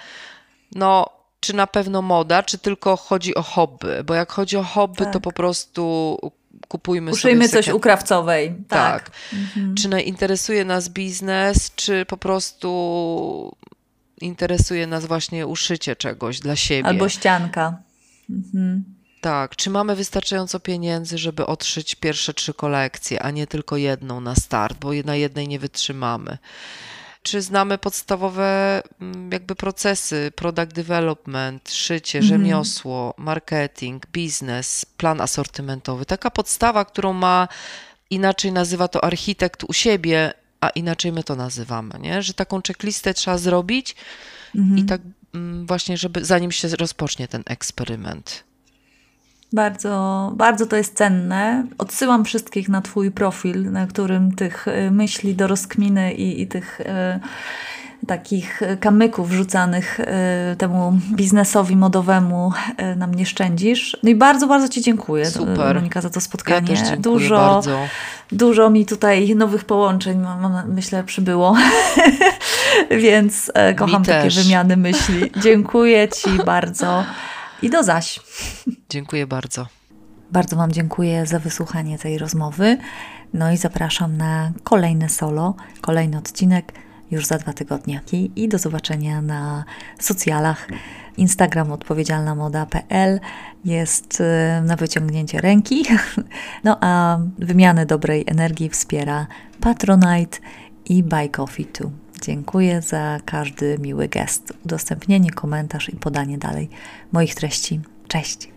Speaker 2: czy na pewno moda, czy tylko chodzi o hobby. Bo jak chodzi o hobby, to po prostu kupujmy
Speaker 1: Uszyjmy
Speaker 2: sobie
Speaker 1: coś u krawcowej.
Speaker 2: Tak. Czy interesuje nas biznes, czy po prostu interesuje nas właśnie uszycie czegoś dla siebie.
Speaker 1: Albo ścianka.
Speaker 2: Tak, czy mamy wystarczająco pieniędzy, żeby odszyć pierwsze 3 kolekcje, a nie tylko jedną na start, bo na jednej nie wytrzymamy. Czy znamy podstawowe jakby procesy, product development, szycie, rzemiosło, marketing, biznes, plan asortymentowy. Taka podstawa, którą ma, inaczej nazywa to architekt u siebie, a inaczej my to nazywamy, nie? Że taką checklistę trzeba zrobić i tak właśnie, żeby zanim się rozpocznie ten eksperyment.
Speaker 1: Bardzo, bardzo to jest cenne. Odsyłam wszystkich na Twój profil, na którym tych myśli do rozkminy i tych takich kamyków rzucanych temu biznesowi modowemu nam nie szczędzisz. No i bardzo, bardzo Ci dziękuję,
Speaker 2: Super.
Speaker 1: Monika, za to spotkanie.
Speaker 2: Ja też dziękuję bardzo.
Speaker 1: Dużo mi tutaj nowych połączeń, myślę, przybyło, więc kocham takie wymiany myśli. Dziękuję Ci bardzo i do zaś.
Speaker 2: Dziękuję bardzo.
Speaker 1: Bardzo Wam dziękuję za wysłuchanie tej rozmowy. No i zapraszam na kolejne solo, kolejny odcinek już za 2 tygodnie. I do zobaczenia na socjalach. Instagram odpowiedzialnamoda.pl jest na wyciągnięcie ręki. No a wymianę dobrej energii wspiera Patronite i Buy Coffee Too. Dziękuję za każdy miły gest, udostępnienie, komentarz i podanie dalej moich treści. Cześć!